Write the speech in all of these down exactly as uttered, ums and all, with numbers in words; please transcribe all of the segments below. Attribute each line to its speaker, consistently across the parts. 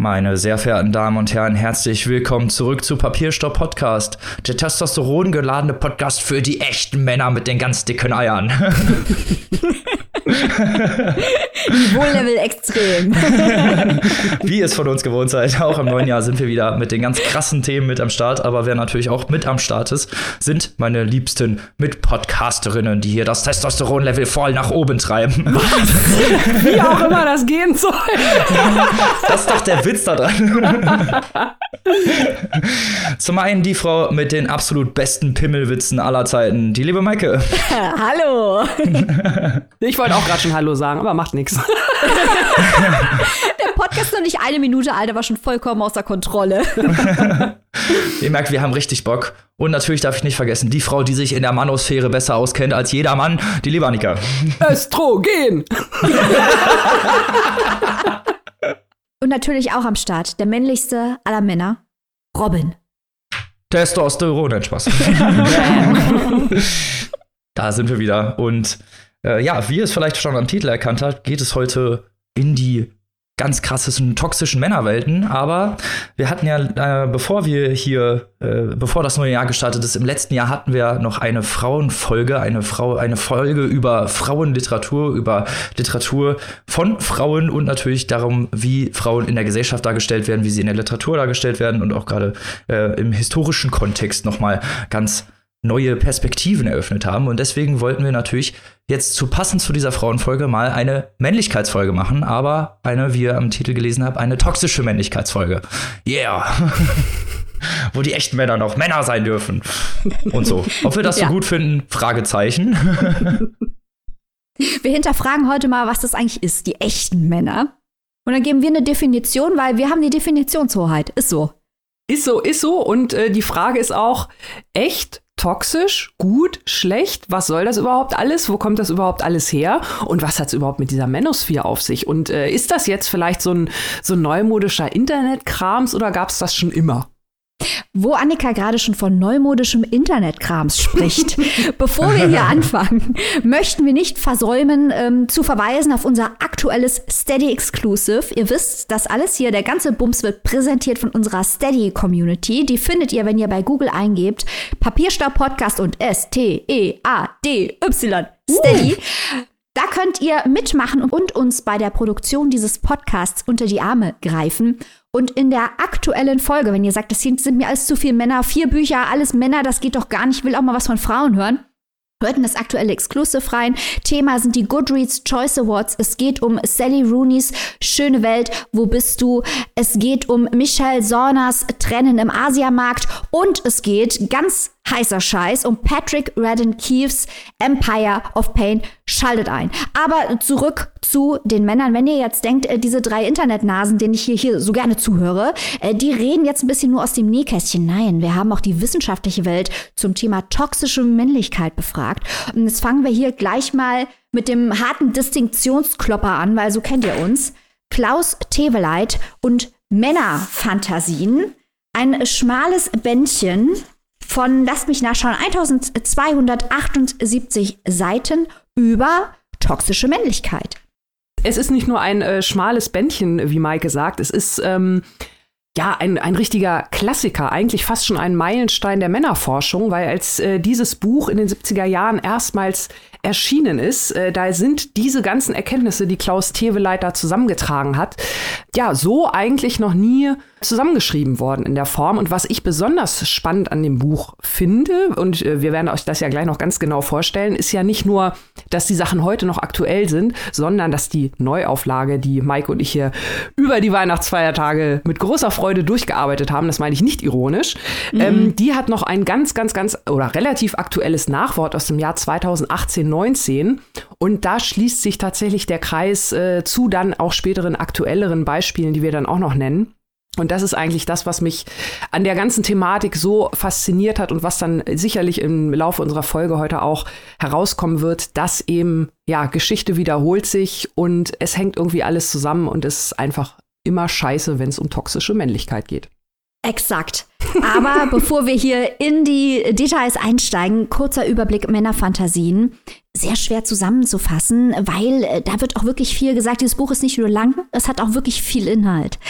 Speaker 1: Meine sehr verehrten Damen und Herren, herzlich willkommen zurück zu Papierstopp Podcast, der Testosteron geladene Podcast für die echten Männer mit den ganz dicken Eiern.
Speaker 2: Niveaulevel extrem.
Speaker 1: Wie ihr es von uns gewohnt seid, auch im neuen Jahr sind wir wieder mit den ganz krassen Themen mit am Start. Aber wer natürlich auch mit am Start ist, sind meine liebsten Mitpodcasterinnen, die hier das Testosteronlevel voll nach oben treiben.
Speaker 3: Was? Wie auch immer das gehen soll.
Speaker 1: Das ist doch der Witz da dran. Zum einen die Frau mit den absolut besten Pimmelwitzen aller Zeiten, die liebe Maike.
Speaker 2: Hallo.
Speaker 3: Ich wollte auch gerade schon Hallo sagen, aber macht nichts.
Speaker 2: Der Podcast ist noch nicht eine Minute alt, aber schon vollkommen außer Kontrolle.
Speaker 1: Ihr merkt, wir haben richtig Bock. Und natürlich darf ich nicht vergessen, die Frau, die sich in der Manosphäre besser auskennt als jeder Mann, die liebe Annika.
Speaker 3: Östrogen!
Speaker 2: Und natürlich auch am Start, der männlichste aller Männer, Robin.
Speaker 1: Testosteron, nein, Spaß. Da sind wir wieder. Und äh, ja, wie ihr es vielleicht schon am Titel erkannt habt, geht es heute in die ganz krassesten toxischen Männerwelten. Aber wir hatten ja, äh, bevor wir hier, äh, bevor das neue Jahr gestartet ist, im letzten Jahr hatten wir noch eine Frauenfolge, eine Frau, eine Folge über Frauenliteratur, über Literatur von Frauen und natürlich darum, wie Frauen in der Gesellschaft dargestellt werden, wie sie in der Literatur dargestellt werden und auch gerade äh, im historischen Kontext nochmal ganz neue Perspektiven eröffnet haben. Und deswegen wollten wir natürlich jetzt zu passend zu dieser Frauenfolge mal eine Männlichkeitsfolge machen, aber eine, wie ihr am Titel gelesen habt, eine toxische Männlichkeitsfolge. Yeah! Wo die echten Männer noch Männer sein dürfen. Und so. Ob wir das ja. so gut finden? Fragezeichen.
Speaker 2: Wir hinterfragen heute mal, was das eigentlich ist, die echten Männer. Und dann geben wir eine Definition, weil wir haben die Definitionshoheit. Ist so.
Speaker 3: Ist so, ist so. Und äh, die Frage ist auch, echt? Toxisch, gut, schlecht, was soll das überhaupt alles? Wo kommt das überhaupt alles her? Und was hat es überhaupt mit dieser Manosphere auf sich? Und äh, ist das jetzt vielleicht so ein, so ein neumodischer Internetkrams oder gab es das schon immer?
Speaker 2: Wo Annika gerade schon von neumodischem Internetkrams spricht. Bevor wir hier anfangen, möchten wir nicht versäumen, ähm, zu verweisen auf unser aktuelles Steady-Exclusive. Ihr wisst, das alles hier, der ganze Bums wird präsentiert von unserer Steady-Community. Die findet ihr, wenn ihr bei Google eingebt, Papierstopp Podcast und S T E A D Y, Steady. Uh. Da könnt ihr mitmachen und uns bei der Produktion dieses Podcasts unter die Arme greifen. Und in der aktuellen Folge, wenn ihr sagt, das sind mir alles zu viele Männer, vier Bücher, alles Männer, das geht doch gar nicht, ich will auch mal was von Frauen hören. Hört in das aktuelle Exclusive rein. Thema sind die Goodreads Choice Awards. Es geht um Sally Rooney's Schöne Welt, wo bist du? Es geht um Michelle Sornas Trennen im Asiamarkt. Und es geht, ganz heißer Scheiß, um Patrick Radden Keefe's Empire of Pain. Schaltet ein. Aber zurück zu den Männern. Wenn ihr jetzt denkt, diese drei Internetnasen, denen ich hier, hier so gerne zuhöre, die reden jetzt ein bisschen nur aus dem Nähkästchen. Nein, wir haben auch die wissenschaftliche Welt zum Thema toxische Männlichkeit befragt. Und jetzt fangen wir hier gleich mal mit dem harten Distinktionsklopper an, weil so kennt ihr uns. Klaus Teweleit und Männerfantasien. Ein schmales Bändchen von, lasst mich nachschauen, eintausendzweihundertachtundsiebzig Seiten über toxische Männlichkeit.
Speaker 3: Es ist nicht nur ein äh, schmales Bändchen, wie Maike sagt, es ist ähm, ja ein, ein richtiger Klassiker, eigentlich fast schon ein Meilenstein der Männerforschung, weil als äh, dieses Buch in den siebziger Jahren erstmals erschienen ist, äh, da sind diese ganzen Erkenntnisse, die Klaus Teweleit da zusammengetragen hat, ja, so eigentlich noch nie zusammengeschrieben worden in der Form. Und was ich besonders spannend an dem Buch finde, und äh, wir werden euch das ja gleich noch ganz genau vorstellen, ist ja nicht nur, dass die Sachen heute noch aktuell sind, sondern dass die Neuauflage, die Maike und ich hier über die Weihnachtsfeiertage mit großer Freude durchgearbeitet haben, das meine ich nicht ironisch, mhm. ähm, die hat noch ein ganz, ganz, ganz oder relativ aktuelles Nachwort aus dem Jahr zweitausendachtzehn neunzehn. Und da schließt sich tatsächlich der Kreis äh, zu dann auch späteren aktuelleren Beispielen, die wir dann auch noch nennen. Und das ist eigentlich das, was mich an der ganzen Thematik so fasziniert hat und was dann sicherlich im Laufe unserer Folge heute auch herauskommen wird, dass eben, ja, Geschichte wiederholt sich und es hängt irgendwie alles zusammen und es ist einfach immer scheiße, wenn es um toxische Männlichkeit geht.
Speaker 2: Exakt. Aber bevor wir hier in die Details einsteigen, kurzer Überblick Männerfantasien. Sehr schwer zusammenzufassen, weil äh, da wird auch wirklich viel gesagt. Dieses Buch ist nicht nur lang, es hat auch wirklich viel Inhalt.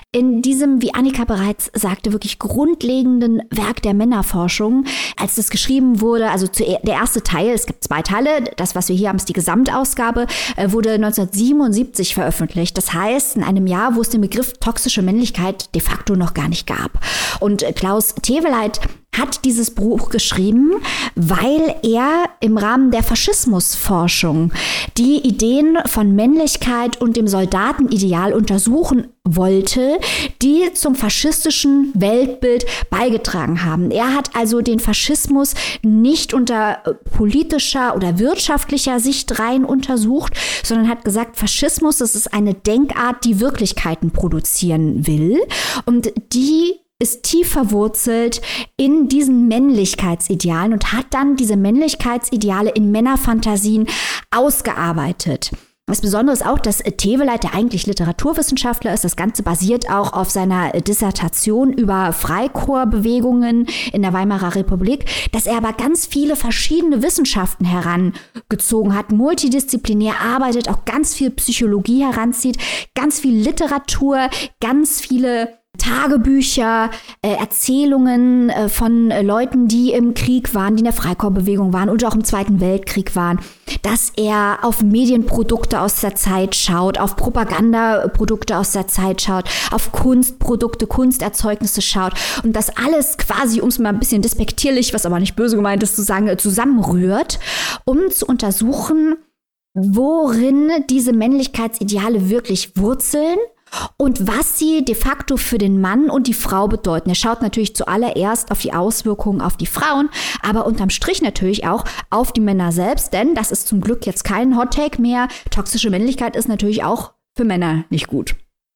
Speaker 2: in diesem, wie Annika bereits sagte, wirklich grundlegenden Werk der Männerforschung, als das geschrieben wurde, also der erste Teil, es gibt zwei Teile, das, was wir hier haben, ist die Gesamtausgabe, wurde neunzehnhundertsiebenundsiebzig veröffentlicht. Das heißt, in einem Jahr, wo es den Begriff toxische Männlichkeit de facto noch gar nicht gab. Und Klaus Teweleit hat dieses Buch geschrieben, weil er im Rahmen der Faschismusforschung die Ideen von Männlichkeit und dem Soldatenideal untersuchen wollte, die zum faschistischen Weltbild beigetragen haben. Er hat also den Faschismus nicht unter politischer oder wirtschaftlicher Sicht rein untersucht, sondern hat gesagt, Faschismus, das ist eine Denkart, die Wirklichkeiten produzieren will und die ist tief verwurzelt in diesen Männlichkeitsidealen und hat dann diese Männlichkeitsideale in Männerfantasien ausgearbeitet. Das Besondere ist auch, dass Teweleit, der eigentlich Literaturwissenschaftler ist, das Ganze basiert auch auf seiner Dissertation über Freikorpsbewegungen in der Weimarer Republik, dass er aber ganz viele verschiedene Wissenschaften herangezogen hat, multidisziplinär arbeitet, auch ganz viel Psychologie heranzieht, ganz viel Literatur, ganz viele Tagebücher, äh, Erzählungen äh, von äh, Leuten, die im Krieg waren, die in der Freikorpsbewegung waren und auch im Zweiten Weltkrieg waren, dass er auf Medienprodukte aus der Zeit schaut, auf Propagandaprodukte aus der Zeit schaut, auf Kunstprodukte, Kunsterzeugnisse schaut und das alles quasi, um es mal ein bisschen despektierlich, was aber nicht böse gemeint ist, zu sagen, zusammenrührt, um zu untersuchen, worin diese Männlichkeitsideale wirklich wurzeln und was sie de facto für den Mann und die Frau bedeuten. Er schaut natürlich zuallererst auf die Auswirkungen auf die Frauen, aber unterm Strich natürlich auch auf die Männer selbst, denn das ist zum Glück jetzt kein Hot-Take mehr. Toxische Männlichkeit ist natürlich auch für Männer nicht gut.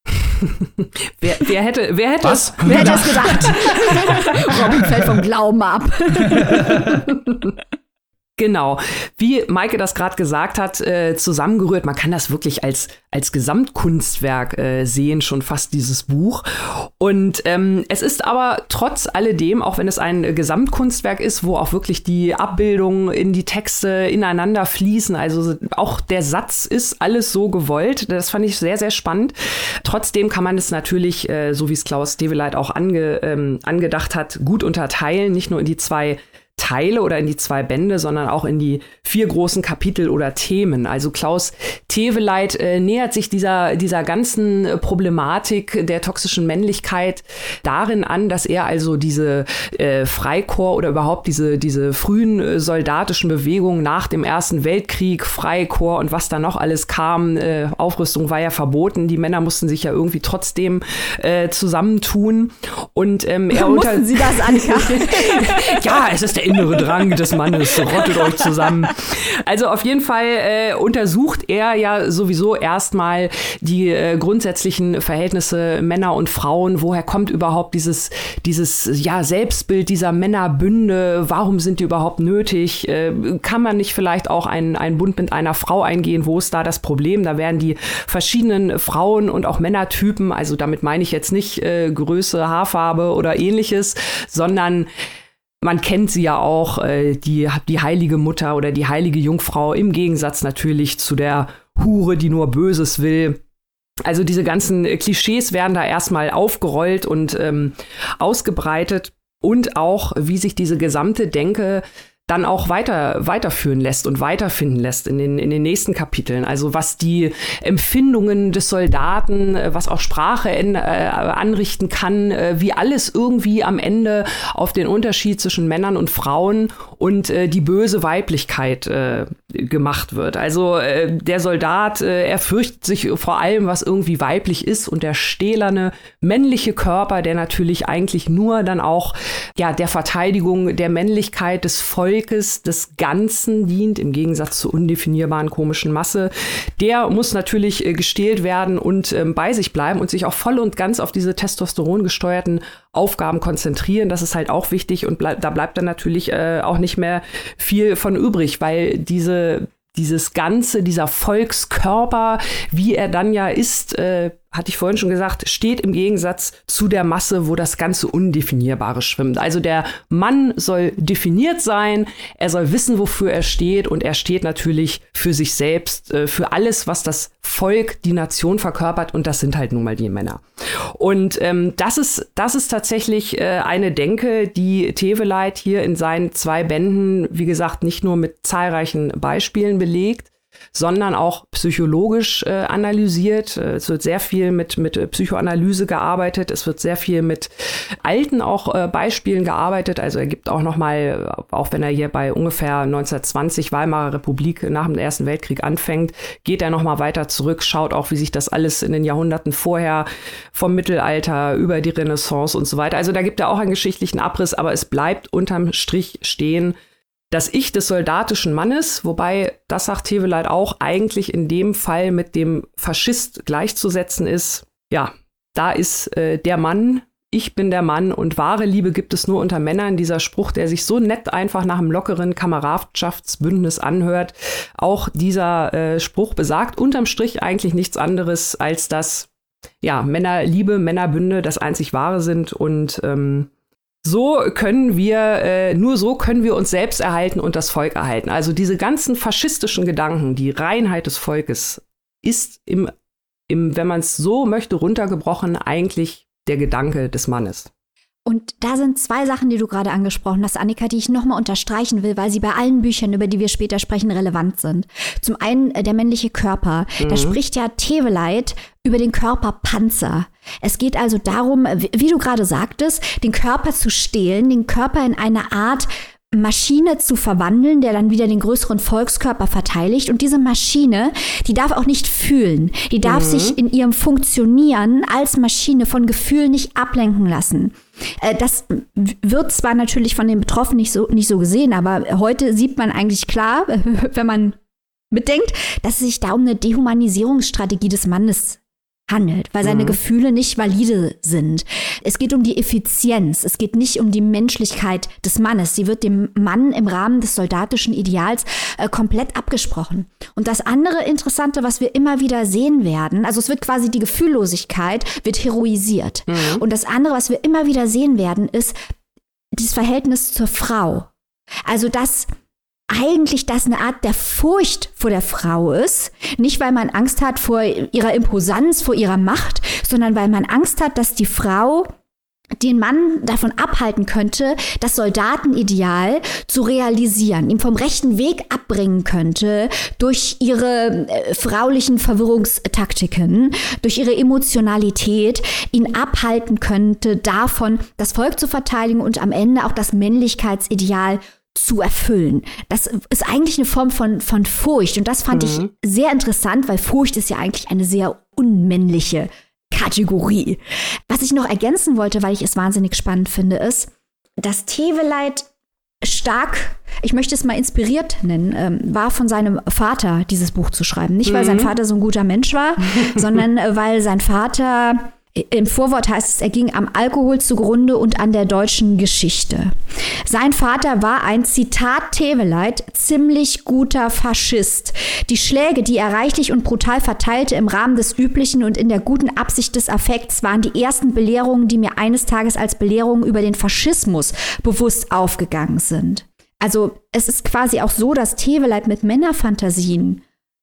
Speaker 3: wer, wer hätte, wer hätte
Speaker 1: Was?
Speaker 3: es,
Speaker 2: wer hätte es gedacht? Robin fällt vom Glauben ab.
Speaker 3: Genau, wie Maike das gerade gesagt hat, äh, zusammengerührt, man kann das wirklich als, als Gesamtkunstwerk äh, sehen, schon fast dieses Buch. Und ähm, es ist aber trotz alledem, auch wenn es ein Gesamtkunstwerk ist, wo auch wirklich die Abbildungen in die Texte ineinander fließen, also auch der Satz ist alles so gewollt, das fand ich sehr, sehr spannend. Trotzdem kann man es natürlich, äh, so wie es Klaus Teweleit auch ange, ähm, angedacht hat, gut unterteilen, nicht nur in die zwei Teile oder in die zwei Bände, sondern auch in die vier großen Kapitel oder Themen. Also Klaus Teweleit äh, nähert sich dieser, dieser ganzen Problematik der toxischen Männlichkeit darin an, dass er also diese äh, Freikorps oder überhaupt diese, diese frühen äh, soldatischen Bewegungen nach dem Ersten Weltkrieg, Freikorps und was da noch alles kam, äh, Aufrüstung war ja verboten, die Männer mussten sich ja irgendwie trotzdem äh, zusammentun. Und ähm, er unter-
Speaker 2: Mussten Sie das, Annika?
Speaker 3: Ja, es ist der innere Drang des Mannes, rottet euch zusammen. Also auf jeden Fall äh, untersucht er ja sowieso erstmal die äh, grundsätzlichen Verhältnisse Männer und Frauen. Woher kommt überhaupt dieses, dieses ja, Selbstbild dieser Männerbünde? Warum sind die überhaupt nötig? Äh, kann man nicht vielleicht auch einen, einen Bund mit einer Frau eingehen? Wo ist da das Problem? Da werden die verschiedenen Frauen- und auch Männertypen, also damit meine ich jetzt nicht äh, Größe, Haarfarbe oder ähnliches, sondern man kennt sie ja auch, äh, die, die heilige Mutter oder die heilige Jungfrau, im Gegensatz natürlich zu der Hure, die nur Böses will. Also diese ganzen Klischees werden da erstmal aufgerollt und ähm, ausgebreitet und auch, wie sich diese gesamte Denke dann auch weiter weiterführen lässt und weiterfinden lässt in den in den nächsten Kapiteln. Also was die Empfindungen des Soldaten, was auch Sprache in, äh, anrichten kann, äh, wie alles irgendwie am Ende auf den Unterschied zwischen Männern und Frauen und äh, die böse Weiblichkeit äh, gemacht wird. Also äh, der Soldat, äh, er fürchtet sich vor allem, was irgendwie weiblich ist, und der stählerne männliche Körper, der natürlich eigentlich nur dann auch ja der Verteidigung der Männlichkeit des Volkes des Ganzen dient, im Gegensatz zur undefinierbaren komischen Masse, der muss natürlich äh, gestählt werden und äh, bei sich bleiben und sich auch voll und ganz auf diese testosterongesteuerten Aufgaben konzentrieren. Das ist halt auch wichtig, und bleib, da bleibt dann natürlich äh, auch nicht mehr viel von übrig, weil diese dieses Ganze, dieser Volkskörper, wie er dann ja ist, äh, hatte ich vorhin schon gesagt, steht im Gegensatz zu der Masse, wo das ganze Undefinierbare schwimmt. Also der Mann soll definiert sein, er soll wissen, wofür er steht und er steht natürlich für sich selbst, äh, für alles, was das Volk, die Nation verkörpert und das sind halt nun mal die Männer. Und ähm, das ist, das ist tatsächlich äh, eine Denke, die Teveleit hier in seinen zwei Bänden, wie gesagt, nicht nur mit zahlreichen Beispielen belegt, sondern auch psychologisch äh, analysiert. Es wird sehr viel mit, mit Psychoanalyse gearbeitet. Es wird sehr viel mit alten auch äh, Beispielen gearbeitet. Also er gibt auch noch mal, auch wenn er hier bei ungefähr neunzehnhundertzwanzig Weimarer Republik nach dem Ersten Weltkrieg anfängt, geht er noch mal weiter zurück, schaut auch, wie sich das alles in den Jahrhunderten vorher vom Mittelalter über die Renaissance und so weiter. Also da gibt er auch einen geschichtlichen Abriss, aber es bleibt unterm Strich stehen, das Ich des soldatischen Mannes, wobei, das sagt Teveleit auch, eigentlich in dem Fall mit dem Faschist gleichzusetzen ist. Ja, da ist äh, der Mann, ich bin der Mann und wahre Liebe gibt es nur unter Männern. Dieser Spruch, der sich so nett einfach nach einem lockeren Kameradschaftsbündnis anhört. Auch dieser äh, Spruch besagt unterm Strich eigentlich nichts anderes, als dass ja, Männerliebe, Männerbünde das einzig Wahre sind und ähm, So können wir, äh, nur so können wir uns selbst erhalten und das Volk erhalten. Also diese ganzen faschistischen Gedanken, die Reinheit des Volkes ist im, im, wenn man es so möchte, runtergebrochen eigentlich der Gedanke des Mannes.
Speaker 2: Und da sind zwei Sachen, die du gerade angesprochen hast, Annika, die ich nochmal unterstreichen will, weil sie bei allen Büchern, über die wir später sprechen, relevant sind. Zum einen äh, der männliche Körper. Mhm. Da spricht ja Teveleit über den Körperpanzer. Es geht also darum, wie, wie du gerade sagtest, den Körper zu stehlen, den Körper in eine Art Maschine zu verwandeln, der dann wieder den größeren Volkskörper verteidigt. Und diese Maschine, die darf auch nicht fühlen. Die darf mhm. sich in ihrem Funktionieren als Maschine von Gefühlen nicht ablenken lassen. Äh, das wird zwar natürlich von den Betroffenen nicht so, nicht so gesehen, aber heute sieht man eigentlich klar, wenn man bedenkt, dass es sich da um eine Dehumanisierungsstrategie des Mannes handelt, weil seine mhm. Gefühle nicht valide sind. Es geht um die Effizienz, es geht nicht um die Menschlichkeit des Mannes. Sie wird dem Mann im Rahmen des soldatischen Ideals äh, komplett abgesprochen. Und das andere Interessante, was wir immer wieder sehen werden, also es wird quasi die Gefühllosigkeit, wird heroisiert. Mhm. Und das andere, was wir immer wieder sehen werden, ist das Verhältnis zur Frau. Also das eigentlich das eine Art der Furcht vor der Frau ist. Nicht, weil man Angst hat vor ihrer Imposanz, vor ihrer Macht, sondern weil man Angst hat, dass die Frau den Mann davon abhalten könnte, das Soldatenideal zu realisieren, ihm vom rechten Weg abbringen könnte durch ihre äh, fraulichen Verwirrungstaktiken, durch ihre Emotionalität, ihn abhalten könnte davon, das Volk zu verteidigen und am Ende auch das Männlichkeitsideal zu erfüllen. Das ist eigentlich eine Form von, von Furcht. Und das fand mhm. ich sehr interessant, weil Furcht ist ja eigentlich eine sehr unmännliche Kategorie. Was ich noch ergänzen wollte, weil ich es wahnsinnig spannend finde, ist, dass Teveleit stark, ich möchte es mal inspiriert nennen, ähm, war von seinem Vater, dieses Buch zu schreiben. Nicht, weil mhm. sein Vater so ein guter Mensch war, sondern äh, weil sein Vater, im Vorwort heißt es, er ging am Alkohol zugrunde und an der deutschen Geschichte. Sein Vater war ein, Zitat Teveleit, ziemlich guter Faschist. Die Schläge, die er reichlich und brutal verteilte im Rahmen des Üblichen und in der guten Absicht des Affekts, waren die ersten Belehrungen, die mir eines Tages als Belehrungen über den Faschismus bewusst aufgegangen sind. Also es ist quasi auch so, dass Teveleit mit Männerfantasien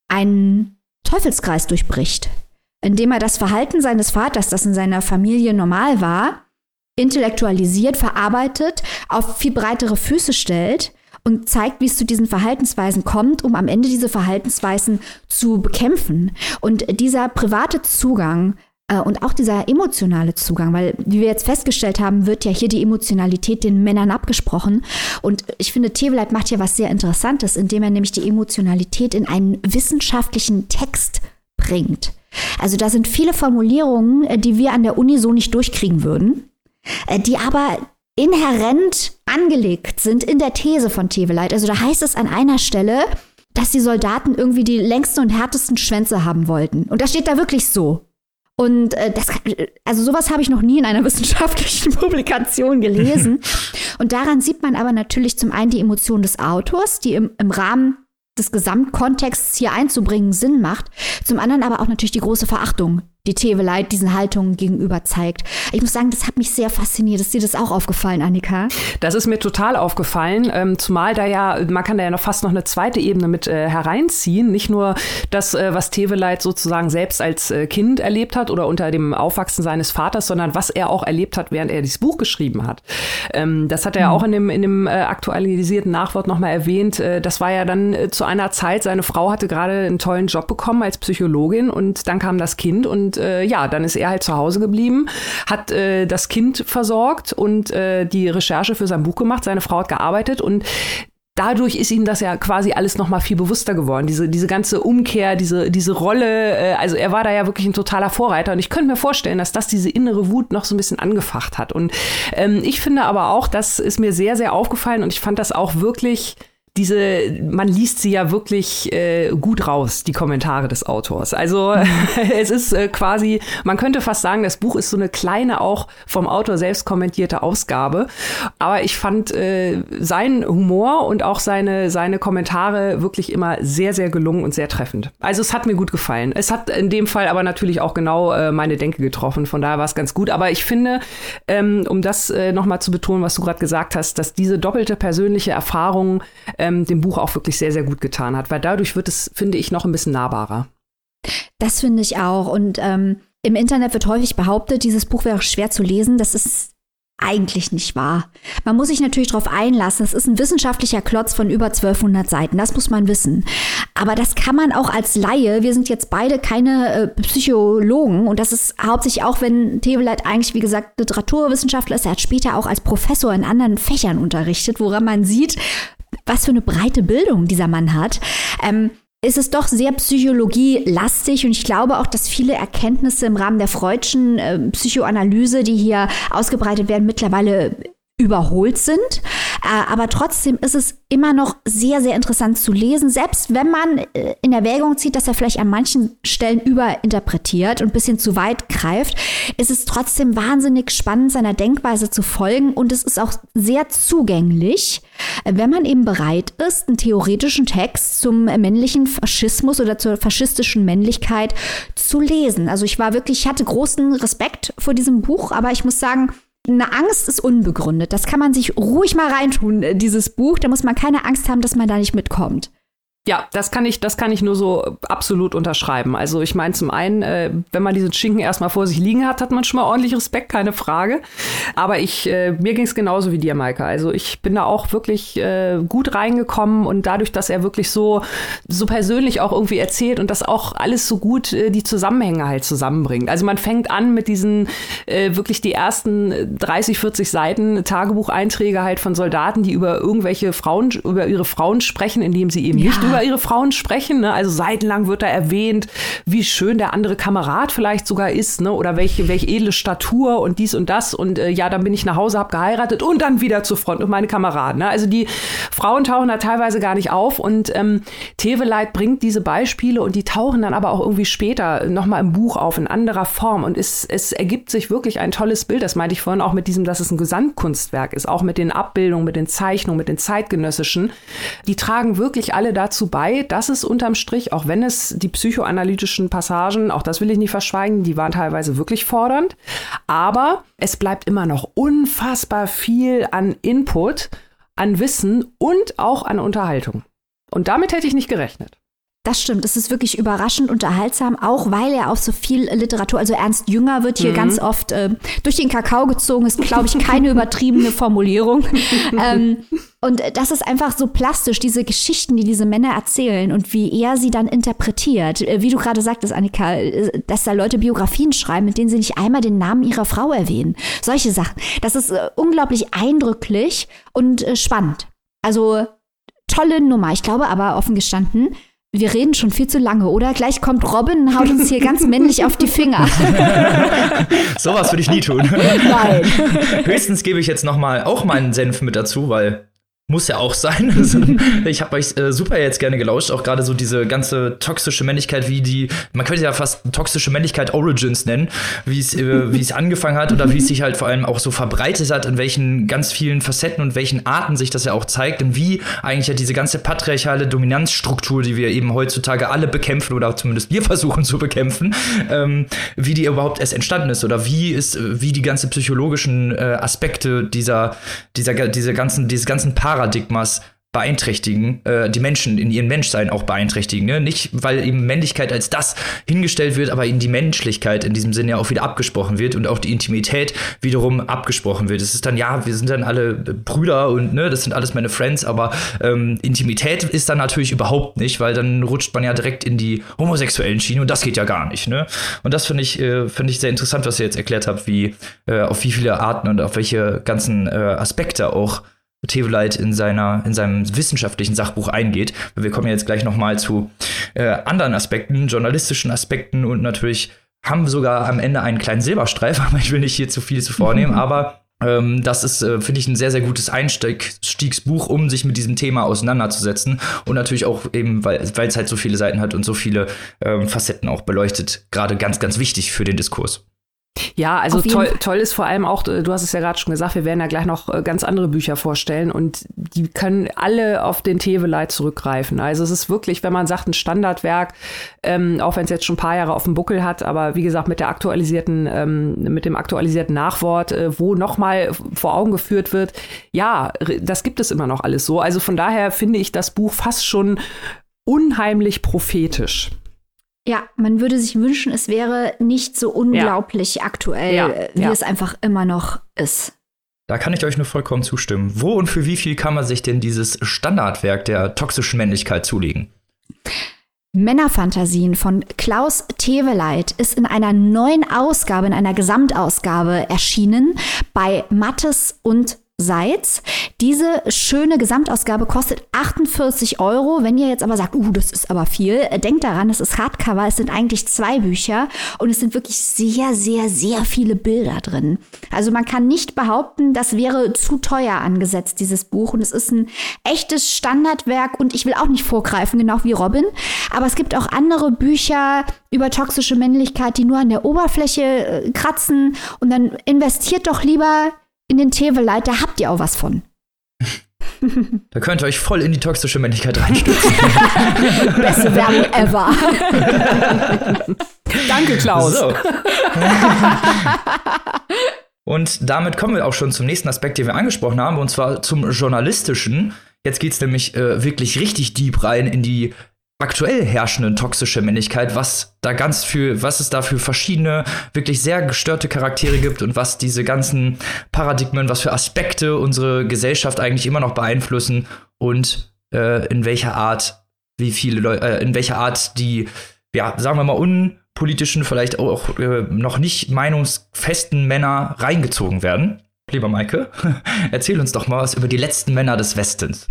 Speaker 2: einen Teufelskreis durchbricht, indem er das Verhalten seines Vaters, das in seiner Familie normal war, intellektualisiert, verarbeitet, auf viel breitere Füße stellt und zeigt, wie es zu diesen Verhaltensweisen kommt, um am Ende diese Verhaltensweisen zu bekämpfen. Und dieser private Zugang äh, und auch dieser emotionale Zugang, weil, wie wir jetzt festgestellt haben, wird ja hier die Emotionalität den Männern abgesprochen. Und ich finde, Teveleit macht hier was sehr Interessantes, indem er nämlich die Emotionalität in einen wissenschaftlichen Text bringt. Also da sind viele Formulierungen, die wir an der Uni so nicht durchkriegen würden, die aber inhärent angelegt sind in der These von Teveleit. Also da heißt es an einer Stelle, dass die Soldaten irgendwie die längsten und härtesten Schwänze haben wollten. Und das steht da wirklich so. Und äh, das, also sowas habe ich noch nie in einer wissenschaftlichen Publikation gelesen. Und daran sieht man aber natürlich zum einen die Emotion des Autors, die im, im Rahmen des Gesamtkontexts hier einzubringen Sinn macht, zum anderen aber auch natürlich die große Verachtung, die Teweleit diesen Haltungen gegenüber zeigt. Ich muss sagen, das hat mich sehr fasziniert. Ist dir das auch aufgefallen, Annika?
Speaker 3: Das ist mir total aufgefallen, ähm, zumal da ja, man kann da ja noch fast noch eine zweite Ebene mit äh, hereinziehen. Nicht nur das, äh, was Teweleit sozusagen selbst als äh, Kind erlebt hat oder unter dem Aufwachsen seines Vaters, sondern was er auch erlebt hat, während er dieses Buch geschrieben hat. Ähm, das hat er mhm. auch in dem, in dem äh, aktualisierten Nachwort nochmal erwähnt. Äh, das war ja dann äh, zu einer Zeit, seine Frau hatte gerade einen tollen Job bekommen als Psychologin und dann kam das Kind und Und äh, ja, dann ist er halt zu Hause geblieben, hat äh, das Kind versorgt und äh, die Recherche für sein Buch gemacht. Seine Frau hat gearbeitet und dadurch ist ihm das ja quasi alles noch mal viel bewusster geworden. Diese, diese ganze Umkehr, diese, diese Rolle, äh, also er war da ja wirklich ein totaler Vorreiter. Und ich könnte mir vorstellen, dass das diese innere Wut noch so ein bisschen angefacht hat. Und ähm, ich finde aber auch, das ist mir sehr, sehr aufgefallen und ich fand das auch wirklich... Diese, man liest sie ja wirklich äh, gut raus, die Kommentare des Autors. Also es ist äh, quasi, man könnte fast sagen, das Buch ist so eine kleine, auch vom Autor selbst kommentierte Ausgabe. Aber ich fand äh, seinen Humor und auch seine, seine Kommentare wirklich immer sehr, sehr gelungen und sehr treffend. Also es hat mir gut gefallen. Es hat in dem Fall aber natürlich auch genau äh, meine Denke getroffen. Von daher war es ganz gut. Aber ich finde, ähm, um das äh, nochmal zu betonen, was du gerade gesagt hast, dass diese doppelte persönliche Erfahrung Ähm, dem Buch auch wirklich sehr, sehr gut getan hat, weil dadurch wird es, finde ich, noch ein bisschen nahbarer.
Speaker 2: Das finde ich auch. Und ähm, im Internet wird häufig behauptet, dieses Buch wäre schwer zu lesen. Das ist eigentlich nicht wahr. Man muss sich natürlich darauf einlassen. Es ist ein wissenschaftlicher Klotz von über zwölfhundert Seiten. Das muss man wissen. Aber das kann man auch als Laie. Wir sind jetzt beide keine äh, Psychologen. Und das ist hauptsächlich auch, wenn Teweleit eigentlich, wie gesagt, Literaturwissenschaftler ist. Er hat später auch als Professor in anderen Fächern unterrichtet, woran man sieht, was für eine breite Bildung dieser Mann hat. Ähm, ist es doch sehr psychologielastig und ich glaube auch, dass viele Erkenntnisse im Rahmen der Freudschen äh, Psychoanalyse, die hier ausgebreitet werden, mittlerweile überholt sind. Äh, aber trotzdem ist es immer noch sehr, sehr interessant zu lesen, selbst wenn man äh, in Erwägung zieht, dass er vielleicht an manchen Stellen überinterpretiert und ein bisschen zu weit greift, ist es trotzdem wahnsinnig spannend, seiner Denkweise zu folgen und es ist auch sehr zugänglich, äh, wenn man eben bereit ist, einen theoretischen Text zum männlichen Faschismus oder zur faschistischen Männlichkeit zu lesen. Also ich war wirklich, ich hatte großen Respekt vor diesem Buch, aber ich muss sagen, eine Angst ist unbegründet. Das kann man sich ruhig mal reintun, dieses Buch. Da muss man keine Angst haben, dass man da nicht mitkommt.
Speaker 3: Ja, das kann ich, das kann ich nur so absolut unterschreiben. Also ich meine, zum einen, äh, wenn man diesen Schinken erstmal vor sich liegen hat, hat man schon mal ordentlich Respekt, keine Frage. Aber ich, äh, mir ging es genauso wie dir, Maike. Also ich bin da auch wirklich äh, gut reingekommen und dadurch, dass er wirklich so, so persönlich auch irgendwie erzählt und das auch alles so gut äh, die Zusammenhänge halt zusammenbringt. Also man fängt an mit diesen äh, wirklich die ersten dreißig, vierzig Seiten Tagebucheinträge halt von Soldaten, die über irgendwelche Frauen, über ihre Frauen sprechen, indem sie eben ja. nicht über ihre Frauen sprechen, ne? Also seitenlang wird da erwähnt, wie schön der andere Kamerad vielleicht sogar ist, ne? Oder welche, welche edle Statur und dies und das und äh, ja, dann bin ich nach Hause, hab geheiratet und dann wieder zur Front und meine Kameraden. Ne? Also die Frauen tauchen da teilweise gar nicht auf und ähm, Teweleit bringt diese Beispiele und die tauchen dann aber auch irgendwie später nochmal im Buch auf in anderer Form und es, es ergibt sich wirklich ein tolles Bild, das meinte ich vorhin auch mit diesem, dass es ein Gesamtkunstwerk ist, auch mit den Abbildungen, mit den Zeichnungen, mit den zeitgenössischen. Die tragen wirklich alle dazu bei, dass es unterm Strich, auch wenn es die psychoanalytischen Passagen, auch das will ich nicht verschweigen, die waren teilweise wirklich fordernd, aber es bleibt immer noch unfassbar viel an Input, an Wissen und auch an Unterhaltung. Und damit hätte ich nicht gerechnet.
Speaker 2: Das stimmt, es ist wirklich überraschend unterhaltsam, auch weil er auf so viel Literatur, also Ernst Jünger wird hier mhm. ganz oft äh, durch den Kakao gezogen, ist, glaube ich, keine übertriebene Formulierung. ähm, und das ist einfach so plastisch, diese Geschichten, die diese Männer erzählen und wie er sie dann interpretiert. Wie du gerade sagtest, Annika, dass da Leute Biografien schreiben, mit denen sie nicht einmal den Namen ihrer Frau erwähnen. Solche Sachen. Das ist äh, unglaublich eindrücklich und äh, spannend. Also tolle Nummer. Ich glaube aber, offen gestanden, wir reden schon viel zu lange, oder? Gleich kommt Robin und haut uns hier ganz männlich auf die Finger.
Speaker 1: Sowas würde ich nie tun.
Speaker 2: Nein.
Speaker 1: Höchstens gebe ich jetzt noch mal auch meinen Senf mit dazu, weil muss ja auch sein. Ich habe euch äh, super jetzt gerne gelauscht, auch gerade so diese ganze toxische Männlichkeit, wie die, man könnte ja fast toxische Männlichkeit Origins nennen, wie es äh, wie es angefangen hat oder wie es sich halt vor allem auch so verbreitet hat, in welchen ganz vielen Facetten und welchen Arten sich das ja auch zeigt und wie eigentlich ja diese ganze patriarchale Dominanzstruktur, die wir eben heutzutage alle bekämpfen oder zumindest wir versuchen zu bekämpfen, ähm, wie die überhaupt erst entstanden ist oder wie ist, wie die ganzen psychologischen äh, Aspekte dieser, dieser, dieser ganzen, dieses ganzen Paradigmas beeinträchtigen, äh, die Menschen in ihrem Menschsein auch beeinträchtigen. Ne? Nicht, weil eben Männlichkeit als das hingestellt wird, aber ihnen die Menschlichkeit in diesem Sinne ja auch wieder abgesprochen wird und auch die Intimität wiederum abgesprochen wird. Es ist dann, ja, wir sind dann alle Brüder und ne, das sind alles meine Friends, aber ähm, Intimität ist dann natürlich überhaupt nicht, weil dann rutscht man ja direkt in die homosexuellen Schiene und das geht ja gar nicht. Ne? Und das finde ich, äh, finde ich sehr interessant, was ihr jetzt erklärt habt, wie äh, auf wie viele Arten und auf welche ganzen äh, Aspekte auch Teweleit in seiner in seinem wissenschaftlichen Sachbuch eingeht. Wir kommen jetzt gleich noch mal zu äh, anderen Aspekten, journalistischen Aspekten und natürlich haben wir sogar am Ende einen kleinen Silberstreif, aber ich will nicht hier zu viel zu vornehmen, aber ähm, das ist, äh, finde ich, ein sehr, sehr gutes Einstiegsbuch, um sich mit diesem Thema auseinanderzusetzen und natürlich auch eben, weil es halt so viele Seiten hat und so viele ähm, Facetten auch beleuchtet, gerade ganz, ganz wichtig für den Diskurs.
Speaker 3: Ja, also toll, toll ist vor allem auch, du hast es ja gerade schon gesagt, wir werden ja gleich noch ganz andere Bücher vorstellen und die können alle auf den Teweleit zurückgreifen. Also es ist wirklich, wenn man sagt, ein Standardwerk, ähm, auch wenn es jetzt schon ein paar Jahre auf dem Buckel hat, aber wie gesagt, mit der aktualisierten, ähm, mit dem aktualisierten Nachwort, äh, wo nochmal vor Augen geführt wird, ja, das gibt es immer noch alles so. Also von daher finde ich das Buch fast schon unheimlich prophetisch.
Speaker 2: Ja, man würde sich wünschen, es wäre nicht so unglaublich ja. aktuell, ja, wie ja. es einfach immer noch ist.
Speaker 1: Da kann ich euch nur vollkommen zustimmen. Wo und für wie viel kann man sich denn dieses Standardwerk der toxischen Männlichkeit zulegen?
Speaker 2: Männerfantasien von Klaus Teweleit ist in einer neuen Ausgabe, in einer Gesamtausgabe erschienen bei Mattes und Seitz. Diese schöne Gesamtausgabe kostet achtundvierzig Euro. Wenn ihr jetzt aber sagt, uh, das ist aber viel, denkt daran, es ist Hardcover, es sind eigentlich zwei Bücher und es sind wirklich sehr, sehr, sehr viele Bilder drin. Also man kann nicht behaupten, das wäre zu teuer angesetzt, dieses Buch. Und es ist ein echtes Standardwerk und ich will auch nicht vorgreifen, genau wie Robin. Aber es gibt auch andere Bücher über toxische Männlichkeit, die nur an der Oberfläche äh, kratzen. Und dann investiert doch lieber in den Teweleit, da habt ihr auch was von.
Speaker 1: Da könnt ihr euch voll in die toxische Männlichkeit reinstürzen.
Speaker 2: Beste Werbung ever.
Speaker 3: Danke, Klaus.
Speaker 1: So. Und damit kommen wir auch schon zum nächsten Aspekt, den wir angesprochen haben, und zwar zum Journalistischen. Jetzt geht's nämlich äh, wirklich richtig deep rein in die aktuell herrschende toxische Männlichkeit, was da ganz für, was es da für verschiedene, wirklich sehr gestörte Charaktere gibt und was diese ganzen Paradigmen, was für Aspekte unsere Gesellschaft eigentlich immer noch beeinflussen und äh, in welcher Art, wie viele Leute, äh, in welcher Art die, ja, sagen wir mal, unpolitischen, vielleicht auch äh, noch nicht meinungsfesten Männer reingezogen werden. Lieber Maike, erzähl uns doch mal was über die letzten Männer des Westens.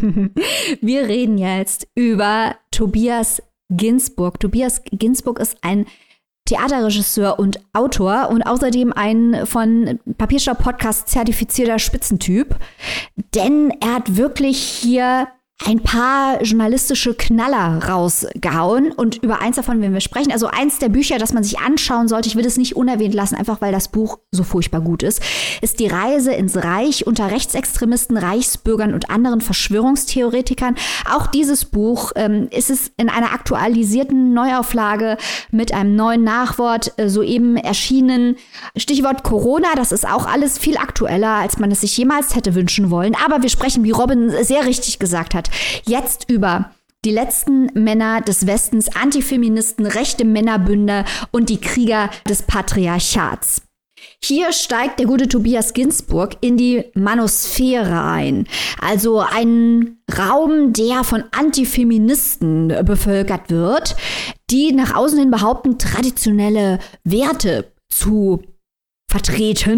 Speaker 2: Wir reden jetzt über Tobias Ginsburg. Tobias Ginsburg ist ein Theaterregisseur und Autor und außerdem ein von Papierstau Podcast zertifizierter Spitzentyp. Denn er hat wirklich hier ein paar journalistische Knaller rausgehauen und über eins davon werden wir sprechen. Also eins der Bücher, das man sich anschauen sollte, ich will es nicht unerwähnt lassen, einfach weil das Buch so furchtbar gut ist, ist Die Reise ins Reich unter Rechtsextremisten, Reichsbürgern und anderen Verschwörungstheoretikern. Auch dieses Buch ähm, ist es in einer aktualisierten Neuauflage mit einem neuen Nachwort äh, soeben erschienen. Stichwort Corona, das ist auch alles viel aktueller, als man es sich jemals hätte wünschen wollen. Aber wir sprechen, wie Robin sehr richtig gesagt hat, jetzt über die letzten Männer des Westens, Antifeministen, rechte Männerbünde und die Krieger des Patriarchats. Hier steigt der gute Tobias Ginsburg in die Manosphäre ein, also ein Raum, der von Antifeministen bevölkert wird, die nach außen hin behaupten, traditionelle Werte zu vertreten.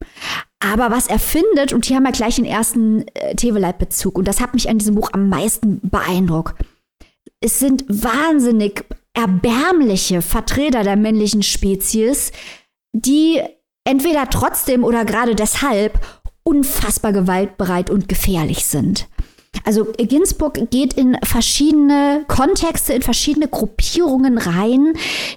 Speaker 2: Aber was er findet, und hier haben wir gleich den ersten äh, Teweleit-Bezug, und das hat mich an diesem Buch am meisten beeindruckt. Es sind wahnsinnig erbärmliche Vertreter der männlichen Spezies, die entweder trotzdem oder gerade deshalb unfassbar gewaltbereit und gefährlich sind. Also Ginsburg geht in verschiedene Kontexte, in verschiedene Gruppierungen rein,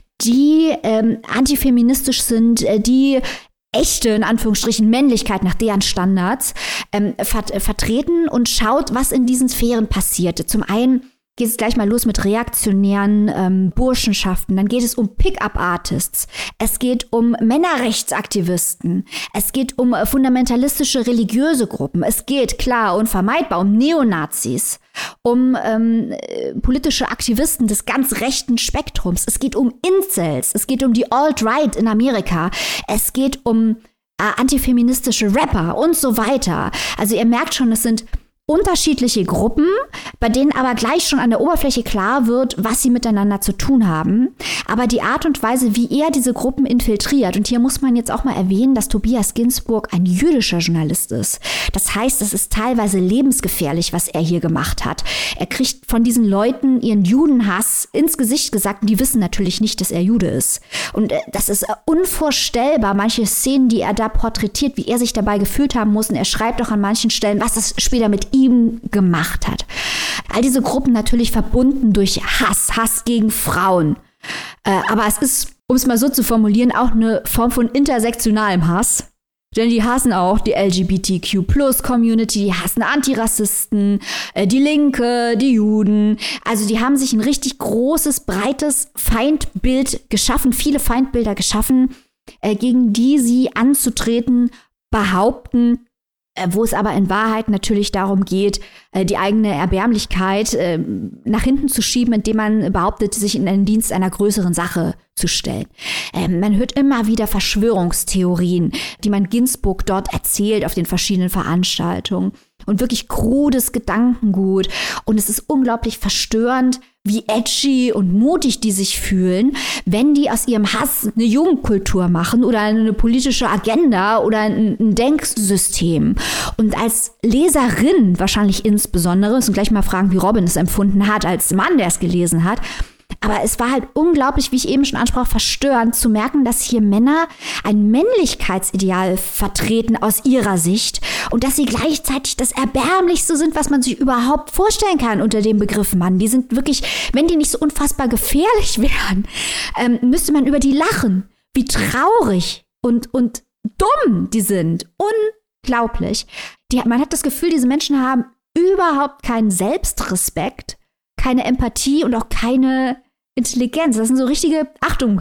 Speaker 2: die ähm, antifeministisch sind, äh, die echte, in Anführungsstrichen, Männlichkeit nach deren Standards ähm, vert- vertreten und schaut, was in diesen Sphären passierte. Zum einen geht es gleich mal los mit reaktionären ähm, Burschenschaften. Dann geht es um Pick-up-Artists. Es geht um Männerrechtsaktivisten. Es geht um äh, fundamentalistische religiöse Gruppen. Es geht, klar, unvermeidbar, um Neonazis, um ähm, äh, politische Aktivisten des ganz rechten Spektrums. Es geht um Incels. Es geht um die Alt-Right in Amerika. Es geht um äh, antifeministische Rapper und so weiter. Also ihr merkt schon, es sind unterschiedliche Gruppen, bei denen aber gleich schon an der Oberfläche klar wird, was sie miteinander zu tun haben. Aber die Art und Weise, wie er diese Gruppen infiltriert, und hier muss man jetzt auch mal erwähnen, dass Tobias Ginsburg ein jüdischer Journalist ist. Das heißt, es ist teilweise lebensgefährlich, was er hier gemacht hat. Er kriegt von diesen Leuten ihren Judenhass ins Gesicht gesagt und die wissen natürlich nicht, dass er Jude ist. Und äh, das ist äh, unvorstellbar, manche Szenen, die er da porträtiert, wie er sich dabei gefühlt haben muss. Und er schreibt auch an manchen Stellen, was das später mit ihm gemacht hat. All diese Gruppen natürlich verbunden durch Hass, Hass gegen Frauen. Äh, aber es ist, um es mal so zu formulieren, auch eine Form von intersektionalem Hass. Denn die hassen auch die L G B T Q Plus Community, die hassen Antirassisten, äh, die Linke, die Juden. Also die haben sich ein richtig großes, breites Feindbild geschaffen, viele Feindbilder geschaffen, äh, gegen die sie anzutreten, behaupten, wo es aber in Wahrheit natürlich darum geht, die eigene Erbärmlichkeit nach hinten zu schieben, indem man behauptet, sich in den Dienst einer größeren Sache zu stellen. Man hört immer wieder Verschwörungstheorien, die man Ginsburg dort erzählt auf den verschiedenen Veranstaltungen. Und wirklich krudes Gedankengut. Und es ist unglaublich verstörend, wie edgy und mutig die sich fühlen, wenn die aus ihrem Hass eine Jugendkultur machen oder eine politische Agenda oder ein, ein Denksystem. Und als Leserin wahrscheinlich insbesondere, und gleich mal fragen, wie Robin es empfunden hat, als Mann, der es gelesen hat, aber es war halt unglaublich, wie ich eben schon ansprach, verstörend zu merken, dass hier Männer ein Männlichkeitsideal vertreten aus ihrer Sicht und dass sie gleichzeitig das Erbärmlichste sind, was man sich überhaupt vorstellen kann unter dem Begriff Mann. Die sind wirklich, wenn die nicht so unfassbar gefährlich wären, ähm, müsste man über die lachen. Wie traurig und, und dumm die sind. Unglaublich. Die, man hat das Gefühl, diese Menschen haben überhaupt keinen Selbstrespekt, keine Empathie und auch keine Intelligenz. Das sind so richtige, Achtung,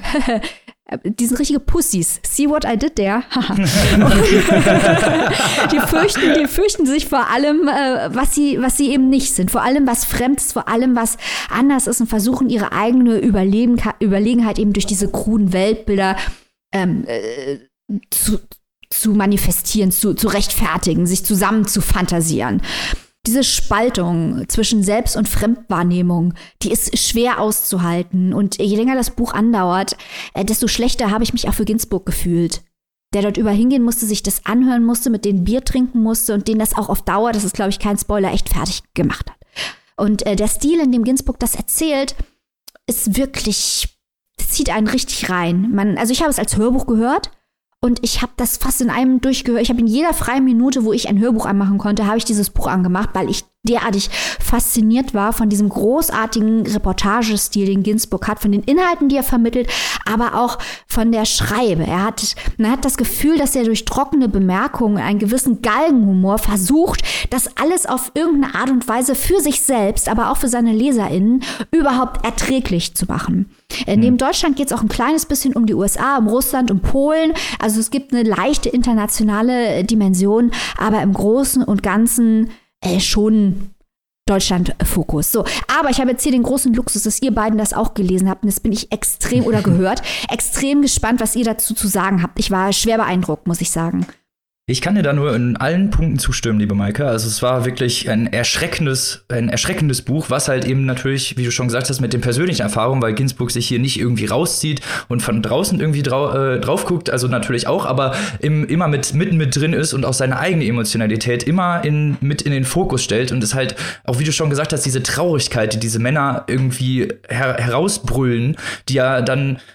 Speaker 2: die sind richtige Pussys. See what I did there? die, fürchten, die fürchten sich vor allem, äh, was sie, was sie eben nicht sind. Vor allem, was fremd ist, vor allem, was anders ist und versuchen, ihre eigene Überleben, Überlegenheit eben durch diese kruden Weltbilder ähm, äh, zu, zu manifestieren, zu, zu rechtfertigen, sich zusammen zu fantasieren. Diese Spaltung zwischen Selbst- und Fremdwahrnehmung, die ist schwer auszuhalten. Und je länger das Buch andauert, desto schlechter habe ich mich auch für Ginsburg gefühlt. Der dort über hingehen musste, sich das anhören musste, mit denen Bier trinken musste und den das auch auf Dauer, das ist, glaube ich, kein Spoiler, echt fertig gemacht hat. Und äh, der Stil, in dem Ginsburg das erzählt, ist wirklich, zieht einen richtig rein. Man, also ich habe es als Hörbuch gehört. Und ich habe das fast in einem durchgehört. Ich habe in jeder freien Minute, wo ich ein Hörbuch anmachen konnte, habe ich dieses Buch angemacht, weil ich derartig fasziniert war von diesem großartigen Reportagestil, den Ginsburg hat, von den Inhalten, die er vermittelt, aber auch von der Schreibe. Er hat, man hat das Gefühl, dass er durch trockene Bemerkungen, einen gewissen Galgenhumor versucht, das alles auf irgendeine Art und Weise für sich selbst, aber auch für seine LeserInnen überhaupt erträglich zu machen. Mhm. Neben Deutschland geht es auch ein kleines bisschen um die U S A, um Russland, um Polen. Also es gibt eine leichte internationale Dimension, aber im Großen und Ganzen äh, schon Deutschland-Fokus. So, aber ich habe jetzt hier den großen Luxus, dass ihr beiden das auch gelesen habt. Und jetzt bin ich extrem oder gehört, extrem gespannt, was ihr dazu zu sagen habt. Ich war schwer beeindruckt, muss ich sagen.
Speaker 1: Ich kann dir da nur in allen Punkten zustimmen, liebe Maike. Also es war wirklich ein erschreckendes, ein erschreckendes Buch, was halt eben natürlich, wie du schon gesagt hast, mit den persönlichen Erfahrungen, weil Ginsburg sich hier nicht irgendwie rauszieht und von draußen irgendwie drau- äh, drauf guckt, also natürlich auch, aber im, immer mit mitten mit drin ist und auch seine eigene Emotionalität immer in, mit in den Fokus stellt und es halt, auch wie du schon gesagt hast, diese Traurigkeit, die diese Männer irgendwie her- herausbrüllen, die ja dann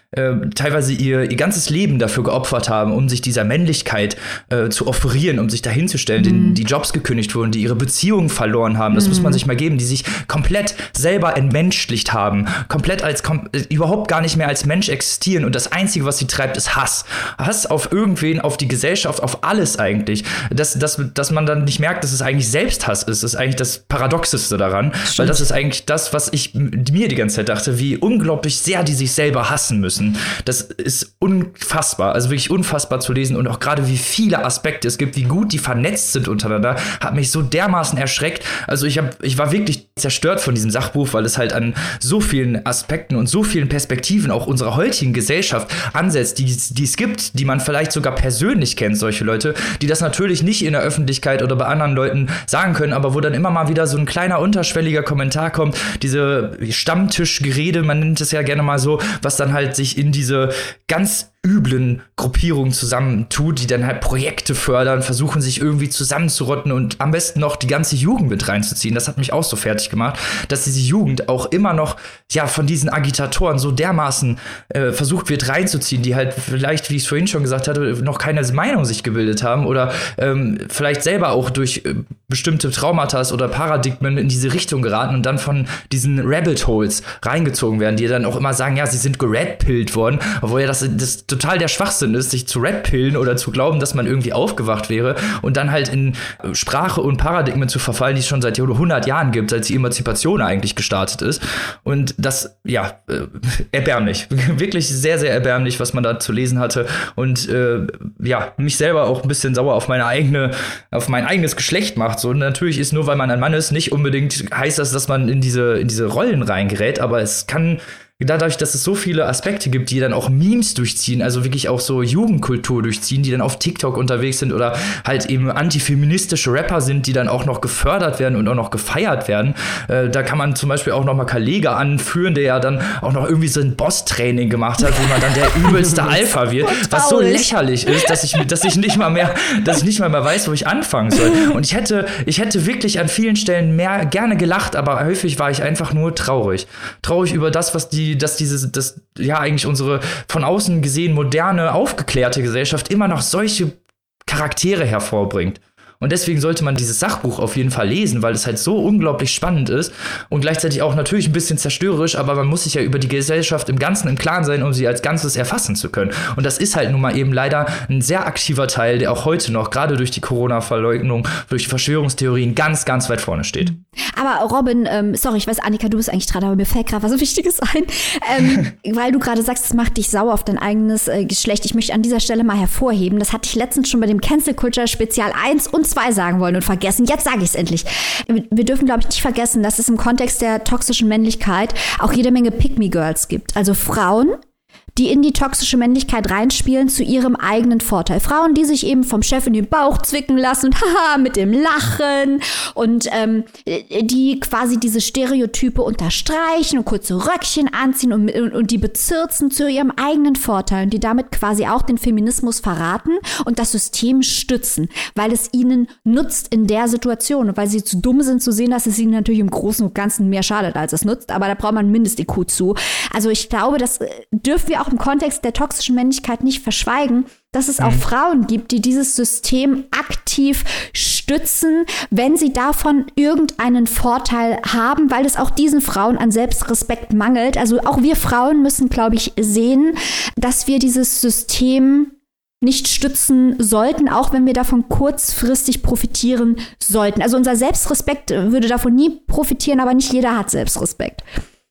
Speaker 1: äh, teilweise ihr, ihr ganzes Leben dafür geopfert haben, um sich dieser Männlichkeit äh, zu offerieren, um sich dahinzustellen, mhm. denen die Jobs gekündigt wurden, die ihre Beziehungen verloren haben. Das mhm. muss man sich mal geben, die sich komplett selber entmenschlicht haben, komplett als kom- überhaupt gar nicht mehr als Mensch existieren und das Einzige, was sie treibt, ist Hass. Hass auf irgendwen, auf die Gesellschaft, auf alles eigentlich. Dass, dass, dass man dann nicht merkt, dass es eigentlich Selbsthass ist, ist eigentlich das Paradoxeste daran, Stimmt. weil das ist eigentlich das, was ich mir die ganze Zeit dachte, wie unglaublich sehr die sich selber hassen müssen. Das ist unfassbar, also wirklich unfassbar zu lesen und auch gerade wie viele Aspekte es gibt, wie gut die vernetzt sind untereinander, hat mich so dermaßen erschreckt. Also ich, hab, ich war wirklich zerstört von diesem Sachbuch, weil es halt an so vielen Aspekten und so vielen Perspektiven auch unserer heutigen Gesellschaft ansetzt, die, die es gibt, die man vielleicht sogar persönlich kennt, solche Leute, die das natürlich nicht in der Öffentlichkeit oder bei anderen Leuten sagen können, aber wo dann immer mal wieder so ein kleiner unterschwelliger Kommentar kommt, diese Stammtischgerede, man nennt es ja gerne mal so, was dann halt sich in diese ganz üblen Gruppierungen zusammentut, die dann halt Projekte fördern, versuchen sich irgendwie zusammenzurotten und am besten noch die ganze Jugend mit reinzuziehen. Das hat mich auch so fertig gemacht, dass diese Jugend auch immer noch ja von diesen Agitatoren so dermaßen äh, versucht wird reinzuziehen, die halt vielleicht, wie ich es vorhin schon gesagt hatte, noch keine Meinung sich gebildet haben oder ähm, vielleicht selber auch durch äh, bestimmte Traumata oder Paradigmen in diese Richtung geraten und dann von diesen Rabbit Holes reingezogen werden, die dann auch immer sagen, ja, sie sind geredpillt worden, obwohl ja das, das total der Schwachsinn ist, sich zu redpillen oder zu glauben, dass man irgendwie aufgewacht wäre und dann halt in Sprache und Paradigmen zu verfallen, die es schon seit hundert Jahren gibt, seit die Emanzipation eigentlich gestartet ist. Und das, ja, äh, erbärmlich. Wirklich sehr, sehr erbärmlich, was man da zu lesen hatte. Und äh, ja, mich selber auch ein bisschen sauer auf meine eigene, auf mein eigenes Geschlecht macht. So, und natürlich ist nur, weil man ein Mann ist, nicht unbedingt heißt das, dass man in diese, in diese Rollen reingerät, aber es kann dadurch, dass es so viele Aspekte gibt, die dann auch Memes durchziehen, also wirklich auch so Jugendkultur durchziehen, die dann auf TikTok unterwegs sind oder halt eben antifeministische Rapper sind, die dann auch noch gefördert werden und auch noch gefeiert werden. Äh, da kann man zum Beispiel auch noch mal Kallega anführen, der ja dann auch noch irgendwie so ein Boss-Training gemacht hat, wo man dann der übelste Alpha wird, was so lächerlich ist, dass ich, dass ich nicht mal mehr, dass ich nicht mal mehr weiß, wo ich anfangen soll. Und ich hätte, ich hätte wirklich an vielen Stellen mehr gerne gelacht, aber häufig war ich einfach nur traurig. Traurig über das, was die dass diese, dass ja eigentlich unsere von außen gesehen moderne, aufgeklärte Gesellschaft immer noch solche Charaktere hervorbringt. Und deswegen sollte man dieses Sachbuch auf jeden Fall lesen, weil es halt so unglaublich spannend ist und gleichzeitig auch natürlich ein bisschen zerstörerisch, aber man muss sich ja über die Gesellschaft im Ganzen im Klaren sein, um sie als Ganzes erfassen zu können. Und das ist halt nun mal eben leider ein sehr aktiver Teil, der auch heute noch, gerade durch die Corona-Verleugnung, durch die Verschwörungstheorien ganz, ganz weit vorne steht.
Speaker 2: Aber Robin, ähm, sorry, ich weiß, Annika, du bist eigentlich dran, aber mir fällt gerade was Wichtiges ein, ähm, weil du gerade sagst, es macht dich sauer auf dein eigenes äh, Geschlecht. Ich möchte an dieser Stelle mal hervorheben, das hatte ich letztens schon bei dem Cancel Culture Spezial eins und zwei sagen wollen und vergessen. Jetzt sage ich es endlich. Wir dürfen, glaube ich, nicht vergessen, dass es im Kontext der toxischen Männlichkeit auch jede Menge Pick-me-Girls gibt. Also Frauen, die in die toxische Männlichkeit reinspielen zu ihrem eigenen Vorteil. Frauen, die sich eben vom Chef in den Bauch zwicken lassen und haha, mit dem Lachen und ähm, die quasi diese Stereotype unterstreichen und kurze Röckchen anziehen und, und, und die bezirzen zu ihrem eigenen Vorteil und die damit quasi auch den Feminismus verraten und das System stützen, weil es ihnen nutzt in der Situation und weil sie zu dumm sind zu sehen, dass es ihnen natürlich im Großen und Ganzen mehr schadet, als es nutzt, aber da braucht man ein Mindest-I Q zu. Also ich glaube, das dürfen wir auch im Kontext der toxischen Männlichkeit nicht verschweigen, dass es auch mhm. Frauen gibt, die dieses System aktiv stützen, wenn sie davon irgendeinen Vorteil haben, weil es auch diesen Frauen an Selbstrespekt mangelt. Also auch wir Frauen müssen, glaube ich, sehen, dass wir dieses System nicht stützen sollten, auch wenn wir davon kurzfristig profitieren sollten. Also unser Selbstrespekt würde davon nie profitieren, aber nicht jeder hat Selbstrespekt.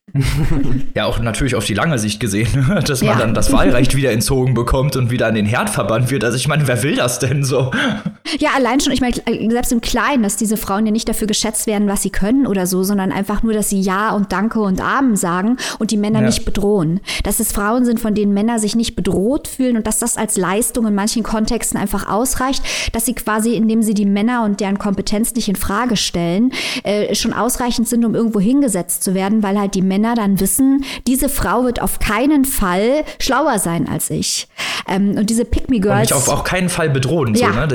Speaker 1: Ja, auch natürlich auf die lange Sicht gesehen, dass man
Speaker 2: ja.
Speaker 1: dann das Wahlrecht wieder entzogen bekommt und wieder an den Herd verbannt wird. Also ich meine, wer will das denn so?
Speaker 2: Ja, allein schon, ich meine, selbst im Kleinen, dass diese Frauen ja nicht dafür geschätzt werden, was sie können oder so, sondern einfach nur, dass sie Ja und Danke und Amen sagen und die Männer ja. nicht bedrohen. Dass es Frauen sind, von denen Männer sich nicht bedroht fühlen und dass das als Leistung in manchen Kontexten einfach ausreicht, dass sie quasi, indem sie die Männer und deren Kompetenz nicht in Frage stellen, äh, schon ausreichend sind, um irgendwo hingesetzt zu werden, weil halt die Männer dann wissen, diese Frau wird auf keinen Fall schlauer sein als ich. Ähm, und diese Pick-me-Girls.
Speaker 1: Und mich auf auch keinen Fall bedrohen.
Speaker 2: Ja,
Speaker 1: so, ne? Das ist
Speaker 2: auf,
Speaker 1: ja,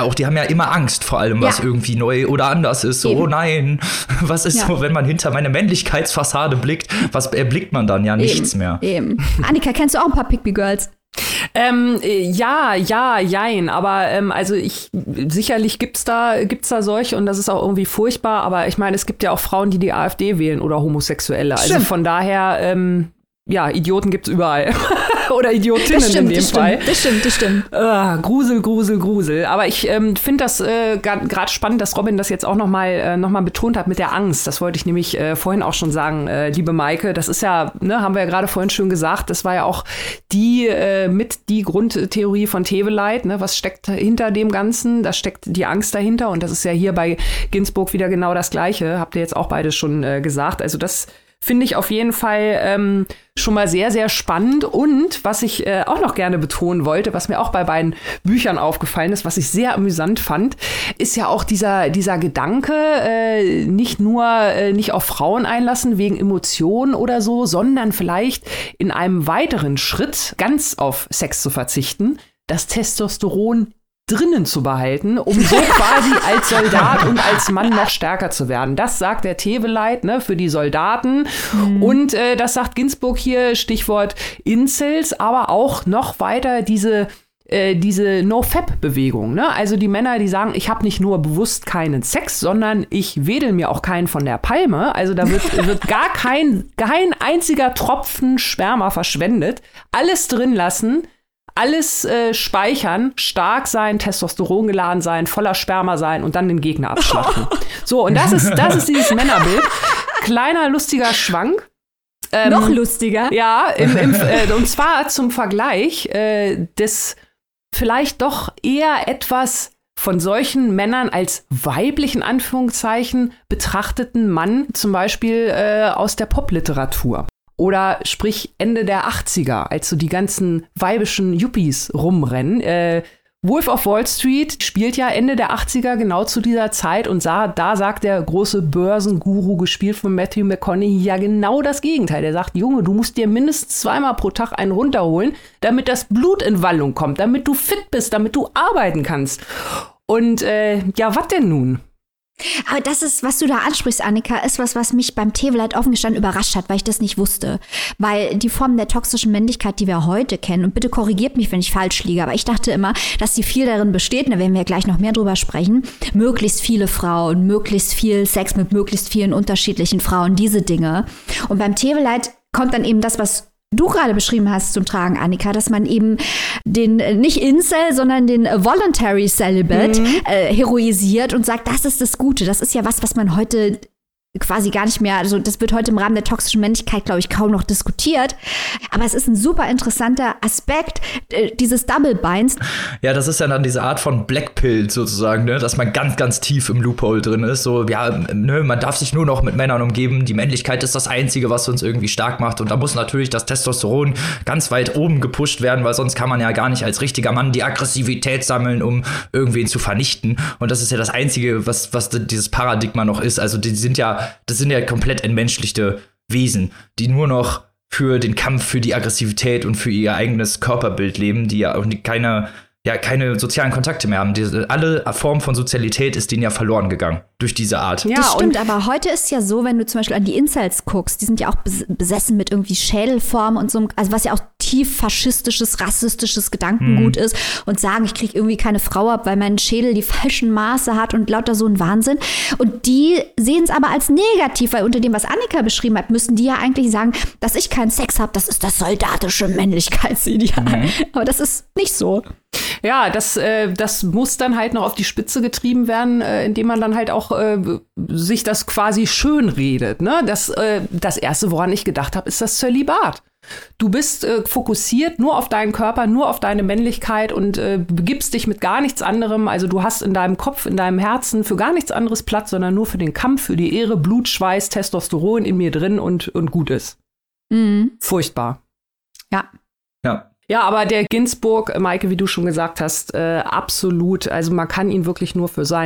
Speaker 1: auch, die haben ja immer Angst vor allem, was
Speaker 2: ja.
Speaker 1: irgendwie neu oder anders ist. So,
Speaker 2: Eben.
Speaker 1: oh nein, was ist ja. so, wenn man hinter meine Männlichkeitsfassade blickt, was erblickt man dann? Ja, nichts
Speaker 2: Eben.
Speaker 1: mehr.
Speaker 2: Eben. Annika, kennst du auch ein paar Pick Me Girls?
Speaker 3: Ähm, ja, ja, jein, aber ähm, also ich, sicherlich gibt's da, gibt's da solche und das ist auch irgendwie furchtbar, aber ich meine, es gibt ja auch Frauen, die die AfD wählen oder Homosexuelle, also
Speaker 2: Stimmt.
Speaker 3: von daher, ähm, ja, Idioten gibt's überall. Oder Idiotinnen
Speaker 2: das stimmt,
Speaker 3: in dem
Speaker 2: das
Speaker 3: Fall.
Speaker 2: Stimmt, das stimmt, das stimmt.
Speaker 3: Uh, Grusel, Grusel, Grusel. Aber ich ähm, finde das äh, gerade spannend, dass Robin das jetzt auch noch mal, äh, noch mal betont hat mit der Angst. Das wollte ich nämlich äh, vorhin auch schon sagen, äh, liebe Maike. Das ist ja, ne, haben wir ja gerade vorhin schön gesagt, das war ja auch die äh, mit die Grundtheorie von Teveleit. Ne? Was steckt hinter dem Ganzen? Da steckt die Angst dahinter. Und das ist ja hier bei Ginsburg wieder genau das Gleiche. Habt ihr jetzt auch beide schon äh, gesagt. Also das finde ich auf jeden Fall ähm, schon mal sehr, sehr spannend. Und was ich äh, auch noch gerne betonen wollte, was mir auch bei beiden Büchern aufgefallen ist, was ich sehr amüsant fand, ist ja auch dieser, dieser Gedanke, äh, nicht nur äh, nicht auf Frauen einlassen wegen Emotionen oder so, sondern vielleicht in einem weiteren Schritt ganz auf Sex zu verzichten, das Testosteron drinnen zu behalten, um so quasi als Soldat und als Mann noch stärker zu werden. Das sagt der Teveleit, ne, für die Soldaten. Mhm. Und äh, das sagt Ginsburg hier, Stichwort Incels, aber auch noch weiter diese äh, diese No-Fap-Bewegung. Ne? Also die Männer, die sagen, ich habe nicht nur bewusst keinen Sex, sondern ich wedel mir auch keinen von der Palme. Also da wird, wird gar kein, kein einziger Tropfen Sperma verschwendet. Alles drin lassen. Alles äh, speichern, stark sein, Testosteron geladen sein, voller Sperma sein und dann den Gegner abschlachten. So, und das ist, das ist dieses Männerbild. Kleiner, lustiger Schwank. Ähm,
Speaker 2: Noch lustiger?
Speaker 3: Ja, im, im, äh, und zwar zum Vergleich äh, des vielleicht doch eher etwas von solchen Männern als weiblichen Anführungszeichen betrachteten Mann, zum Beispiel äh, aus der Popliteratur. Oder sprich Ende der achtziger, als so die ganzen weibischen Yuppies rumrennen. Äh, Wolf of Wall Street spielt ja Ende der achtziger genau zu dieser Zeit und sah, da sagt der große Börsenguru, gespielt von Matthew McConaughey, ja genau das Gegenteil. Der sagt, Junge, du musst dir mindestens zweimal pro Tag einen runterholen, damit das Blut in Wallung kommt, damit du fit bist, damit du arbeiten kannst. Und äh, ja, was denn nun?
Speaker 2: Aber das ist, was du da ansprichst, Annika, ist was, was mich beim Teveleit offen gestanden überrascht hat, weil ich das nicht wusste. Weil die Form der toxischen Männlichkeit, die wir heute kennen, und bitte korrigiert mich, wenn ich falsch liege, aber ich dachte immer, dass die viel darin besteht, und da werden wir gleich noch mehr drüber sprechen, möglichst viele Frauen, möglichst viel Sex mit möglichst vielen unterschiedlichen Frauen, diese Dinge. Und beim Teveleit kommt dann eben das, was du gerade beschrieben hast, zum Tragen, Annika, dass man eben den, nicht Incel, sondern den Voluntary Celibate mhm. äh, heroisiert und sagt, das ist das Gute. Das ist ja was, was man heute quasi gar nicht mehr, also das wird heute im Rahmen der toxischen Männlichkeit, glaube ich, kaum noch diskutiert. Aber es ist ein super interessanter Aspekt äh, dieses Double Binds.
Speaker 1: Ja, das ist ja dann diese Art von Blackpill sozusagen, ne? Dass man ganz, ganz tief im Loophole drin ist. So, ja, ne, man darf sich nur noch mit Männern umgeben. Die Männlichkeit ist das Einzige, was uns irgendwie stark macht. Und da muss natürlich das Testosteron ganz weit oben gepusht werden, weil sonst kann man ja gar nicht als richtiger Mann die Aggressivität sammeln, um irgendwen zu vernichten. Und das ist ja das Einzige, was, was dieses Paradigma noch ist. Also die sind ja Das sind ja komplett entmenschlichte Wesen, die nur noch für den Kampf, für die Aggressivität und für ihr eigenes Körperbild leben, die ja auch keine, ja, keine sozialen Kontakte mehr haben. Diese, alle Form von Sozialität ist denen ja verloren gegangen durch diese Art.
Speaker 2: Ja, das stimmt, aber heute ist ja so, wenn du zum Beispiel an die Incels guckst, die sind ja auch besessen mit irgendwie Schädelformen und so, also was ja auch tief faschistisches, rassistisches Gedankengut hm. ist und sagen, ich kriege irgendwie keine Frau ab, weil mein Schädel die falschen Maße hat und lauter so ein Wahnsinn. Und die sehen es aber als negativ, weil unter dem, was Annika beschrieben hat, müssten die ja eigentlich sagen, dass ich keinen Sex habe, das ist das soldatische Männlichkeitsideal. Mhm. Aber das ist nicht so.
Speaker 3: Ja, das, äh, das muss dann halt noch auf die Spitze getrieben werden, äh, indem man dann halt auch äh, sich das quasi schön redet. Ne? Das, äh, das Erste, woran ich gedacht habe, ist das Zölibat. Du bist äh, fokussiert nur auf deinen Körper, nur auf deine Männlichkeit und äh, begibst dich mit gar nichts anderem. Also du hast in deinem Kopf, in deinem Herzen für gar nichts anderes Platz, sondern nur für den Kampf, für die Ehre, Blut, Schweiß, Testosteron in mir drin und, und gut ist. Mhm. Furchtbar.
Speaker 2: Ja.
Speaker 1: Ja.
Speaker 3: Ja, aber der Ginsburg, Maike, wie du schon gesagt hast, äh, absolut. Also man kann ihn wirklich nur für sein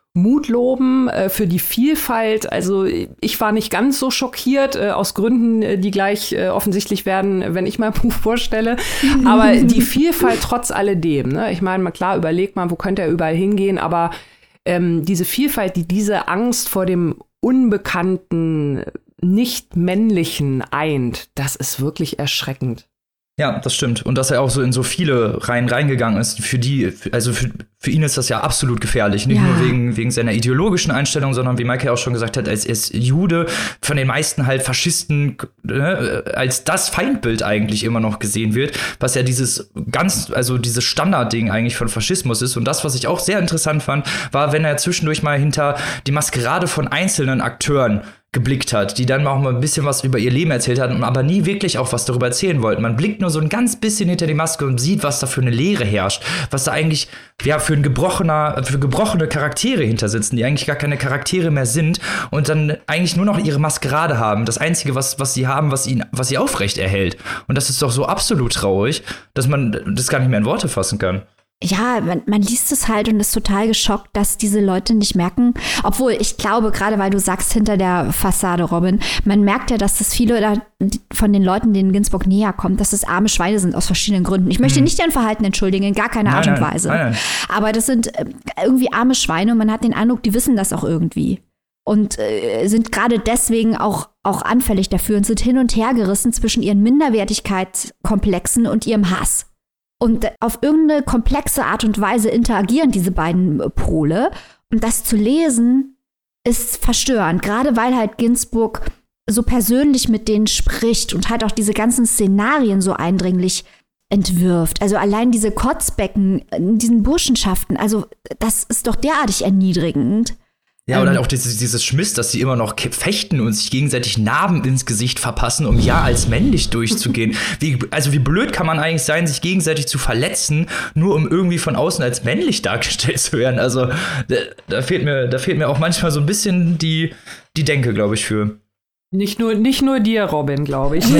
Speaker 3: Mut loben, äh, für die Vielfalt. Also ich war nicht ganz so schockiert, äh, aus Gründen, äh, die gleich äh, offensichtlich werden, wenn ich mein Buch vorstelle. Aber die Vielfalt trotz alledem. Ne? Ich meine, mal klar, überlegt man, wo könnte er überall hingehen, aber ähm, diese Vielfalt, die diese Angst vor dem Unbekannten, Nicht-Männlichen eint, das ist wirklich erschreckend.
Speaker 1: Ja, das stimmt. Und dass er auch so in so viele Reihen reingegangen ist, für die, also für, für ihn ist das ja absolut gefährlich. Nicht ja. nur wegen, wegen seiner ideologischen Einstellung, sondern wie Maike auch schon gesagt hat, als, als Jude von den meisten halt Faschisten ne, als das Feindbild eigentlich immer noch gesehen wird, was ja dieses ganz, also dieses Standardding eigentlich von Faschismus ist. Und das, was ich auch sehr interessant fand, war, wenn er zwischendurch mal hinter die Maskerade von einzelnen Akteuren geblickt hat, die dann auch mal ein bisschen was über ihr Leben erzählt hatten, aber nie wirklich auch was darüber erzählen wollten. Man blickt nur so ein ganz bisschen hinter die Maske und sieht, was da für eine Leere herrscht, was da eigentlich ja für ein gebrochener, für gebrochene Charaktere hinter sitzen, die eigentlich gar keine Charaktere mehr sind und dann eigentlich nur noch ihre Maskerade haben. Das Einzige, was, was sie haben, was ihn, was sie aufrecht erhält. Und das ist doch so absolut traurig, dass man das gar nicht mehr in Worte fassen kann.
Speaker 2: Ja, man, man liest es halt und ist total geschockt, dass diese Leute nicht merken, obwohl ich glaube, gerade weil du sagst, hinter der Fassade, Robin, man merkt ja, dass das viele von den Leuten, denen Ginsburg näher kommt, dass es arme Schweine sind aus verschiedenen Gründen. Ich möchte hm. nicht deren Verhalten entschuldigen, in gar keiner Art und Weise. Nein, nein. Aber das sind irgendwie arme Schweine und man hat den Eindruck, die wissen das auch irgendwie. Und äh, sind gerade deswegen auch, auch anfällig dafür und sind hin und her gerissen zwischen ihren Minderwertigkeitskomplexen und ihrem Hass. Und auf irgendeine komplexe Art und Weise interagieren diese beiden Pole. Und das zu lesen, ist verstörend. Gerade weil halt Ginsburg so persönlich mit denen spricht und halt auch diese ganzen Szenarien so eindringlich entwirft. Also allein diese Kotzbecken in diesen Burschenschaften, also das ist doch derartig erniedrigend.
Speaker 1: Ja, oder auch dieses, dieses Schmiss, dass sie immer noch fechten und sich gegenseitig Narben ins Gesicht verpassen, um ja als männlich durchzugehen. Wie, also wie blöd kann man eigentlich sein, sich gegenseitig zu verletzen, nur um irgendwie von außen als männlich dargestellt zu werden. Also da, da fehlt mir, da fehlt mir auch manchmal so ein bisschen die, die Denke, glaube ich, für.
Speaker 3: Nicht nur, nicht nur dir, Robin, glaube ich.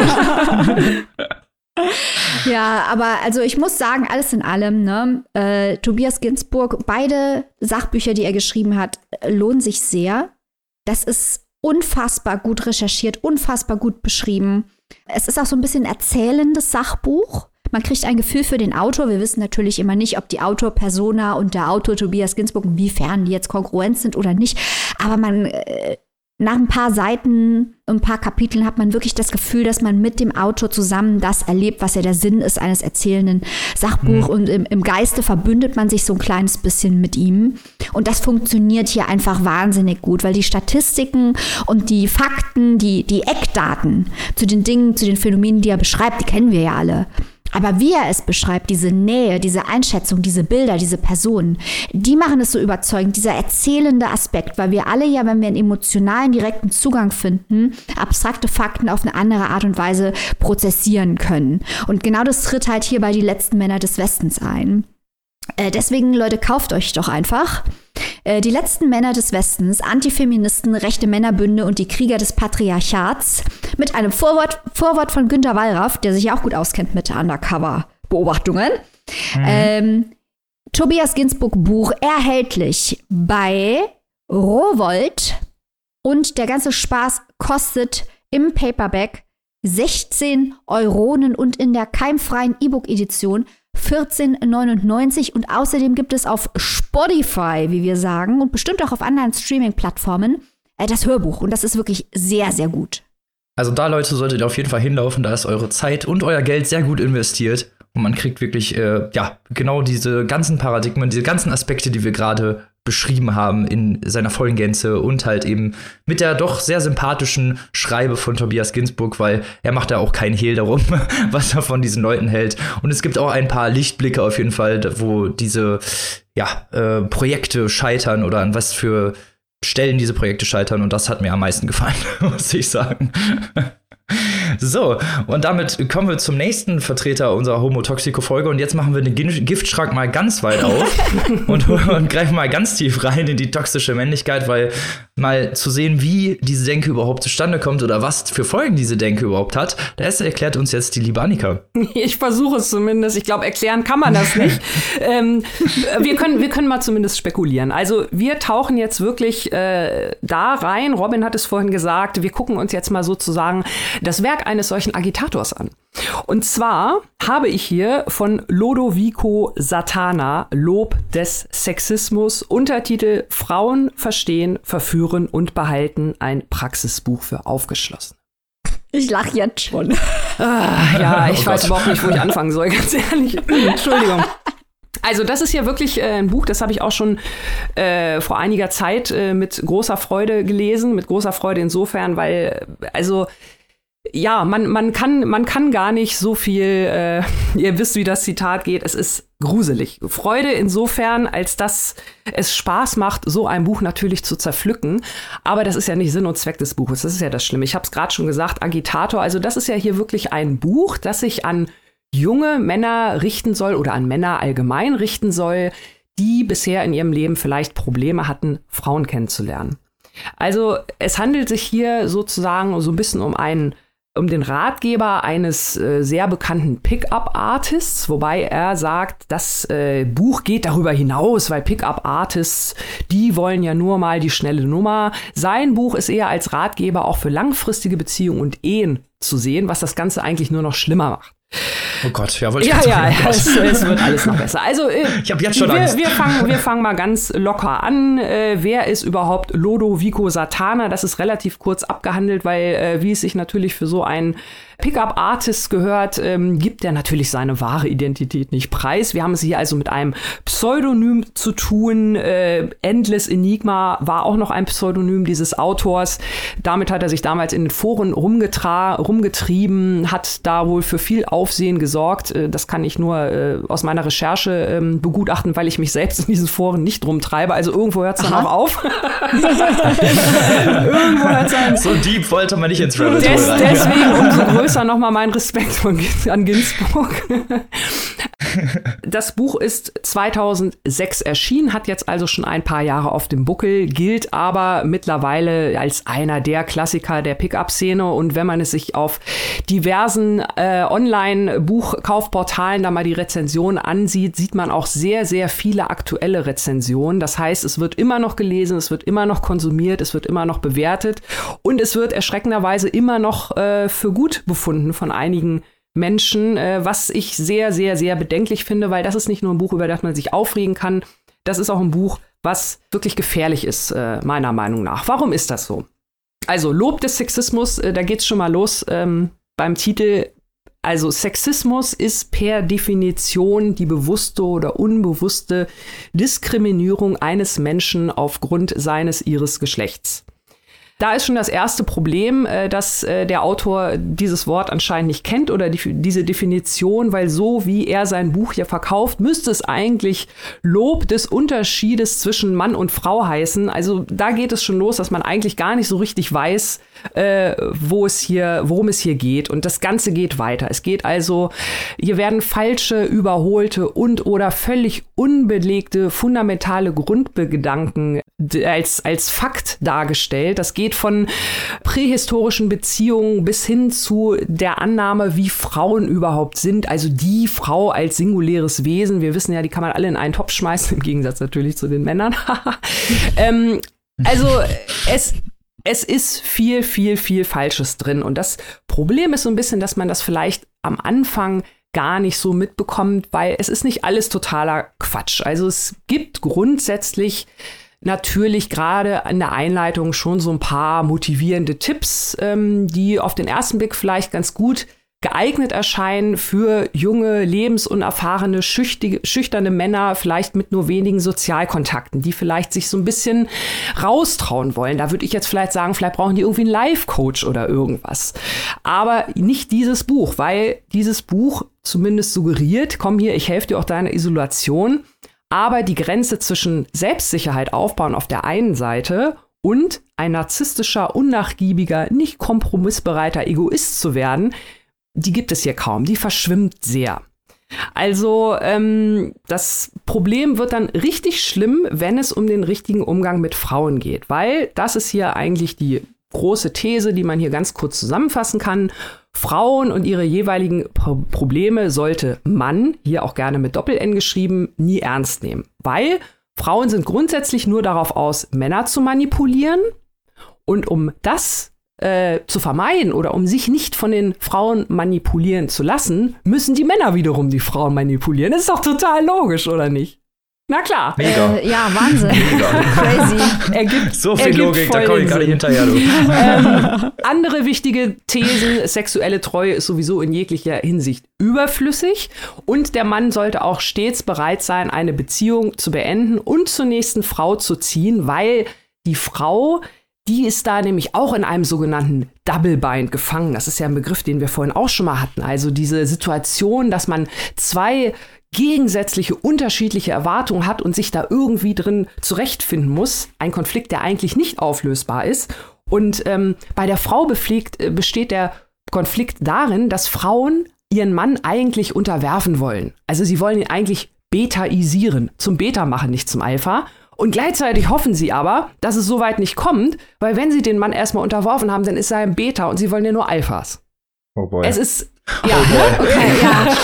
Speaker 2: Ja, aber also ich muss sagen, alles in allem, ne, äh, Tobias Ginsburg, beide Sachbücher, die er geschrieben hat, lohnen sich sehr. Das ist unfassbar gut recherchiert, unfassbar gut beschrieben. Es ist auch so ein bisschen erzählendes Sachbuch. Man kriegt ein Gefühl für den Autor. Wir wissen natürlich immer nicht, ob die Autor-Persona und der Autor Tobias Ginsburg, inwiefern die jetzt kongruent sind oder nicht. Aber man äh, nach ein paar Seiten, ein paar Kapiteln hat man wirklich das Gefühl, dass man mit dem Autor zusammen das erlebt, was ja der Sinn ist eines erzählenden Sachbuchs. Mhm. Und im, im Geiste verbündet man sich so ein kleines bisschen mit ihm. Und das funktioniert hier einfach wahnsinnig gut, weil die Statistiken und die Fakten, die, die Eckdaten zu den Dingen, zu den Phänomenen, die er beschreibt, die kennen wir ja alle. Aber wie er es beschreibt, diese Nähe, diese Einschätzung, diese Bilder, diese Personen, die machen es so überzeugend, dieser erzählende Aspekt, weil wir alle ja, wenn wir einen emotionalen, direkten Zugang finden, abstrakte Fakten auf eine andere Art und Weise prozessieren können. Und genau das tritt halt hier bei Die letzten Männer des Westens ein. Äh, deswegen, Leute, kauft euch doch einfach. Äh, die letzten Männer des Westens, Antifeministen, rechte Männerbünde und die Krieger des Patriarchats mit einem Vorwort, Vorwort von Günter Wallraff, der sich ja auch gut auskennt mit Undercover-Beobachtungen. Mhm. Ähm, Tobias Ginsburg Buch erhältlich bei Rowohlt und der ganze Spaß kostet im Paperback sechzehn Euronen und in der keimfreien E-Book-Edition vierzehn neunundneunzig und außerdem gibt es auf Spotify, wie wir sagen, und bestimmt auch auf anderen Streaming-Plattformen äh, das Hörbuch und das ist wirklich sehr, sehr gut.
Speaker 1: Also da, Leute, solltet ihr auf jeden Fall hinlaufen, da ist eure Zeit und euer Geld sehr gut investiert und man kriegt wirklich, äh, ja, genau diese ganzen Paradigmen, diese ganzen Aspekte, die wir gerade beschrieben haben in seiner vollen Gänze und halt eben mit der doch sehr sympathischen Schreibe von Tobias Ginsburg, weil er macht da auch keinen Hehl darum, was er von diesen Leuten hält. Und es gibt auch ein paar Lichtblicke auf jeden Fall, wo diese ja, äh, Projekte scheitern oder an was für Stellen diese Projekte scheitern und das hat mir am meisten gefallen, muss ich sagen. So, und damit kommen wir zum nächsten Vertreter unserer Homotoxiko-Folge. Und jetzt machen wir den Giftschrank mal ganz weit auf und, und greifen mal ganz tief rein in die toxische Männlichkeit, weil mal zu sehen, wie diese Denke überhaupt zustande kommt oder was für Folgen diese Denke überhaupt hat, das erklärt uns jetzt die liebe Annika.
Speaker 3: Ich versuche es zumindest. Ich glaube, erklären kann man das nicht. ähm, wir, können, wir können mal zumindest spekulieren. Also wir tauchen jetzt wirklich äh, da rein. Robin hat es vorhin gesagt, wir gucken uns jetzt mal sozusagen das Werk eines solchen Agitators an. Und zwar habe ich hier von Lodovico Satana Lob des Sexismus, Untertitel Frauen verstehen, verführen und behalten, ein Praxisbuch für Aufgeschlossene.
Speaker 2: Ich lache jetzt schon.
Speaker 3: Ah, ja, ich
Speaker 1: Oh
Speaker 3: weiß
Speaker 1: Gott.
Speaker 3: überhaupt nicht, wo ich anfangen soll, ganz ehrlich. Entschuldigung. Also das ist ja wirklich äh, ein Buch, das habe ich auch schon äh, vor einiger Zeit äh, mit großer Freude gelesen, mit großer Freude insofern, weil, also ja, man, man, kann, man kann gar nicht so viel, äh, ihr wisst, wie das Zitat geht, es ist gruselig. Freude insofern, als dass es Spaß macht, so ein Buch natürlich zu zerpflücken. Aber das ist ja nicht Sinn und Zweck des Buches, das ist ja das Schlimme. Ich habe es gerade schon gesagt, Agitator, also das ist ja hier wirklich ein Buch, das sich an junge Männer richten soll oder an Männer allgemein richten soll, die bisher in ihrem Leben vielleicht Probleme hatten, Frauen kennenzulernen. Also es handelt sich hier sozusagen so ein bisschen um einen um den Ratgeber eines äh, sehr bekannten Pickup-Artists, wobei er sagt, das äh, Buch geht darüber hinaus, weil Pickup-Artists, die wollen ja nur mal die schnelle Nummer. Sein Buch ist eher als Ratgeber auch für langfristige Beziehungen und Ehen zu sehen, was das Ganze eigentlich nur noch schlimmer macht.
Speaker 1: Oh Gott, ja, wollte ich
Speaker 3: Ja,
Speaker 1: gerade
Speaker 3: ja,
Speaker 1: sagen.
Speaker 3: es, es wird alles noch besser. Also, äh,
Speaker 1: Ich habe jetzt schon
Speaker 3: wir,
Speaker 1: Angst.
Speaker 3: wir, fangen, wir fangen mal ganz locker an. Äh, wer ist überhaupt Lodovico Satana? Das ist relativ kurz abgehandelt, weil, äh, wie es sich natürlich für so einen Pickup-Artist gehört, ähm, gibt er natürlich seine wahre Identität nicht preis. Wir haben es hier also mit einem Pseudonym zu tun. Äh, Endless Enigma war auch noch ein Pseudonym dieses Autors. Damit hat er sich damals in den Foren rumgetra- rumgetrieben, hat da wohl für viel Aufsehen gesorgt. Äh, das kann ich nur äh, aus meiner Recherche äh, begutachten, weil ich mich selbst in diesen Foren nicht rumtreibe. Also irgendwo hört es dann auch auf. Irgendwo hört es dann.
Speaker 1: So deep wollte man nicht ins Rabbit Hole
Speaker 3: Des,
Speaker 1: rein.
Speaker 3: deswegen umso größer nochmal mein Respekt von, an Ginsburg. Das Buch ist zweitausendsechs erschienen, hat jetzt also schon ein paar Jahre auf dem Buckel, gilt aber mittlerweile als einer der Klassiker der Pickup-Szene. Und wenn man es sich auf diversen äh, Online-Buchkaufportalen da mal die Rezensionen ansieht, sieht man auch sehr, sehr viele aktuelle Rezensionen. Das heißt, es wird immer noch gelesen, es wird immer noch konsumiert, es wird immer noch bewertet und es wird erschreckenderweise immer noch äh, für gut befunden von einigen Menschen, äh, was ich sehr, sehr, sehr bedenklich finde, weil das ist nicht nur ein Buch, über das man sich aufregen kann, das ist auch ein Buch, was wirklich gefährlich ist, äh, meiner Meinung nach. Warum ist das so? Also Lob des Sexismus, äh, da geht's schon mal los ähm, beim Titel. Also Sexismus ist per Definition die bewusste oder unbewusste Diskriminierung eines Menschen aufgrund seines, ihres Geschlechts. Da ist schon das erste Problem, äh, dass äh, der Autor dieses Wort anscheinend nicht kennt oder die, diese Definition, weil so wie er sein Buch hier verkauft, müsste es eigentlich Lob des Unterschiedes zwischen Mann und Frau heißen. Also da geht es schon los, dass man eigentlich gar nicht so richtig weiß, äh, wo es hier, worum es hier geht. Und das Ganze geht weiter. Es geht also, hier werden falsche, überholte und oder völlig unbelegte fundamentale Grundgedanken als, als Fakt dargestellt. Das geht von prähistorischen Beziehungen bis hin zu der Annahme, wie Frauen überhaupt sind. Also die Frau als singuläres Wesen. Wir wissen ja, die kann man alle in einen Topf schmeißen, im Gegensatz natürlich zu den Männern. ähm, also es Es ist viel, viel, viel Falsches drin. Und das Problem ist so ein bisschen, dass man das vielleicht am Anfang gar nicht so mitbekommt, weil es ist nicht alles totaler Quatsch. Also es gibt grundsätzlich natürlich gerade in der Einleitung schon so ein paar motivierende Tipps, ähm, die auf den ersten Blick vielleicht ganz gut geeignet erscheinen für junge, lebensunerfahrene, schüchtige, schüchterne Männer, vielleicht mit nur wenigen Sozialkontakten, die vielleicht sich so ein bisschen raustrauen wollen. Da würde ich jetzt vielleicht sagen, vielleicht brauchen die irgendwie einen Life-Coach oder irgendwas. Aber nicht dieses Buch, weil dieses Buch zumindest suggeriert, komm hier, ich helfe dir auch deiner Isolation, aber die Grenze zwischen Selbstsicherheit aufbauen auf der einen Seite und ein narzisstischer, unnachgiebiger, nicht kompromissbereiter Egoist zu werden, die gibt es hier kaum. Die verschwimmt sehr. Also ähm, das Problem wird dann richtig schlimm, wenn es um den richtigen Umgang mit Frauen geht, weil das ist hier eigentlich die große These, die man hier ganz kurz zusammenfassen kann. Frauen und ihre jeweiligen Pro- Probleme sollte man, hier auch gerne mit Doppel-N geschrieben, nie ernst nehmen, weil Frauen sind grundsätzlich nur darauf aus, Männer zu manipulieren, und um das Äh, zu vermeiden oder um sich nicht von den Frauen manipulieren zu lassen, müssen die Männer wiederum die Frauen manipulieren. Das ist doch total logisch, oder nicht? Na klar.
Speaker 1: Mega.
Speaker 2: Äh, ja, Wahnsinn.
Speaker 1: Mega.
Speaker 2: Crazy.
Speaker 3: Ergibt,
Speaker 1: So viel Logik, da komme ich gar nicht hinterher, du.
Speaker 3: Ähm, andere wichtige Thesen: Sexuelle Treue ist sowieso in jeglicher Hinsicht überflüssig, und der Mann sollte auch stets bereit sein, eine Beziehung zu beenden und zur nächsten Frau zu ziehen, weil die Frau, die ist da nämlich auch in einem sogenannten Double Bind gefangen. Das ist ja ein Begriff, den wir vorhin auch schon mal hatten. Also diese Situation, dass man zwei gegensätzliche, unterschiedliche Erwartungen hat und sich da irgendwie drin zurechtfinden muss. Ein Konflikt, der eigentlich nicht auflösbar ist. Und ähm, bei der Frau befliegt, äh, besteht der Konflikt darin, dass Frauen ihren Mann eigentlich unterwerfen wollen. Also sie wollen ihn eigentlich betaisieren, zum Beta machen, nicht zum Alpha. Und gleichzeitig hoffen sie aber, dass es so weit nicht kommt, weil wenn sie den Mann erstmal unterworfen haben, dann ist er ein Beta und sie wollen ja nur Alphas.
Speaker 1: Oh boy.
Speaker 3: Es ist, ja, oh okay, ja.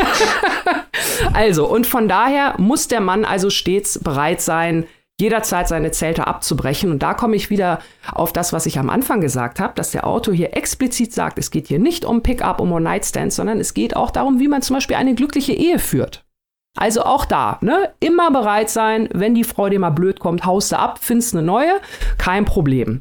Speaker 3: Also, und von daher muss der Mann also stets bereit sein, jederzeit seine Zelte abzubrechen. Und da komme ich wieder auf das, was ich am Anfang gesagt habe, dass der Autor hier explizit sagt, es geht hier nicht um Pick-up, um One-Night-Stands, sondern es geht auch darum, wie man zum Beispiel eine glückliche Ehe führt. Also auch da, ne, immer bereit sein, wenn die Frau dir mal blöd kommt, haust du ab, findest eine neue, kein Problem.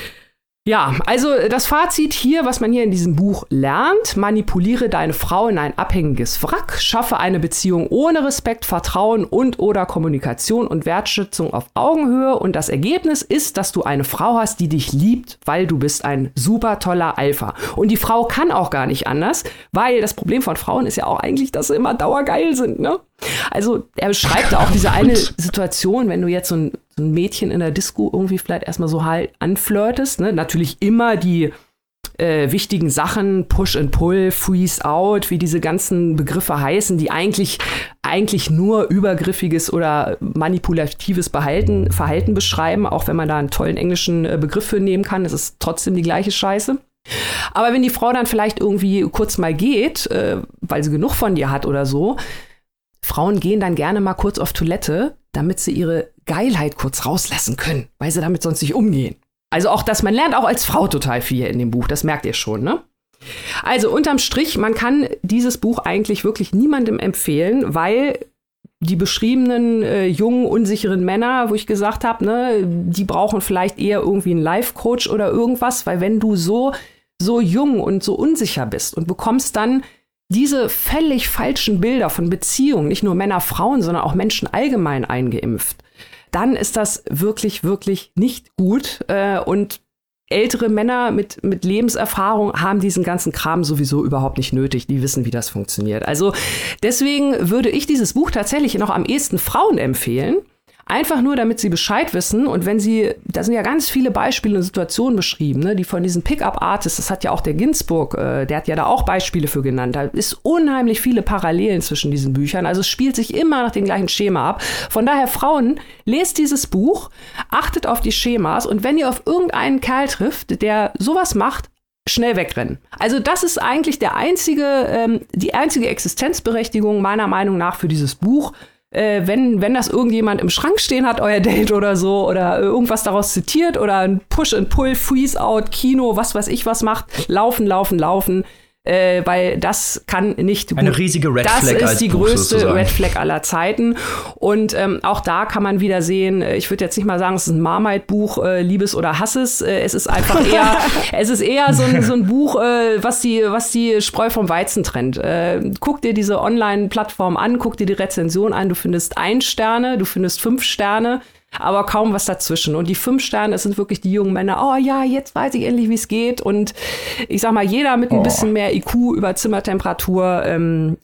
Speaker 3: Ja, also das Fazit hier, was man hier in diesem Buch lernt: Manipuliere deine Frau in ein abhängiges Wrack, schaffe eine Beziehung ohne Respekt, Vertrauen und oder Kommunikation und Wertschätzung auf Augenhöhe, und das Ergebnis ist, dass du eine Frau hast, die dich liebt, weil du bist ein super toller Alpha. Und die Frau kann auch gar nicht anders, weil das Problem von Frauen ist ja auch eigentlich, dass sie immer dauergeil sind, ne? Also er beschreibt auch diese eine Situation, wenn du jetzt so ein, so ein Mädchen in der Disco irgendwie vielleicht erstmal so halt anflirtest, ne? Natürlich immer die äh, wichtigen Sachen, Push and Pull, Freeze out, wie diese ganzen Begriffe heißen, die eigentlich, eigentlich nur übergriffiges oder manipulatives Verhalten, Verhalten beschreiben, auch wenn man da einen tollen englischen äh, Begriff für nehmen kann. Das ist trotzdem die gleiche Scheiße. Aber wenn die Frau dann vielleicht irgendwie kurz mal geht, äh, weil sie genug von dir hat oder so, Frauen gehen dann gerne mal kurz auf Toilette, damit sie ihre Geilheit kurz rauslassen können, weil sie damit sonst nicht umgehen. Also auch das, man lernt auch als Frau total viel in dem Buch, das merkt ihr schon, ne? Also unterm Strich, man kann dieses Buch eigentlich wirklich niemandem empfehlen, weil die beschriebenen äh, jungen, unsicheren Männer, wo ich gesagt habe, ne, die brauchen vielleicht eher irgendwie einen Life-Coach oder irgendwas, weil wenn du so, so jung und so unsicher bist und bekommst dann diese völlig falschen Bilder von Beziehungen, nicht nur Männer, Frauen, sondern auch Menschen allgemein eingeimpft, dann ist das wirklich, wirklich nicht gut. Äh, und ältere Männer mit, mit Lebenserfahrung haben diesen ganzen Kram sowieso überhaupt nicht nötig. Die wissen, wie das funktioniert. Also deswegen würde ich dieses Buch tatsächlich noch am ehesten Frauen empfehlen. Einfach nur, damit sie Bescheid wissen. Und wenn sie, da sind ja ganz viele Beispiele und Situationen beschrieben, ne, die von diesen Pick-up-Artists, das hat ja auch der Ginsburg, äh, der hat ja da auch Beispiele für genannt. Da ist unheimlich viele Parallelen zwischen diesen Büchern. Also es spielt sich immer nach dem gleichen Schema ab. Von daher, Frauen, lest dieses Buch, achtet auf die Schemas, und wenn ihr auf irgendeinen Kerl trifft, der sowas macht, schnell wegrennen. Also das ist eigentlich der einzige, ähm, die einzige Existenzberechtigung meiner Meinung nach für dieses Buch. Äh, wenn, wenn das irgendjemand im Schrank stehen hat, euer Date oder so, oder irgendwas daraus zitiert oder ein Push and Pull, Freeze out, Kino, was weiß ich was macht, laufen, laufen, laufen, äh, weil das kann nicht gut.
Speaker 1: Eine riesige Red Flag.
Speaker 3: Das ist die
Speaker 1: Buch
Speaker 3: größte
Speaker 1: sozusagen.
Speaker 3: Red Flag aller Zeiten. Und ähm, auch da kann man wieder sehen, ich würde jetzt nicht mal sagen, es ist ein Marmite-Buch, äh, Liebes oder Hasses. Äh, es ist einfach eher, es ist eher so ein, so ein Buch, äh, was die, was die Spreu vom Weizen trennt. Äh, guck dir diese Online-Plattform an, guck dir die Rezension an. Du findest ein Sterne, du findest fünf Sterne. Aber kaum was dazwischen. Und die fünf Sterne, das sind wirklich die jungen Männer. Oh ja, jetzt weiß ich endlich, wie es geht. Und ich sag mal, jeder mit ein
Speaker 1: oh.
Speaker 3: bisschen mehr I Q über Zimmertemperatur ähm,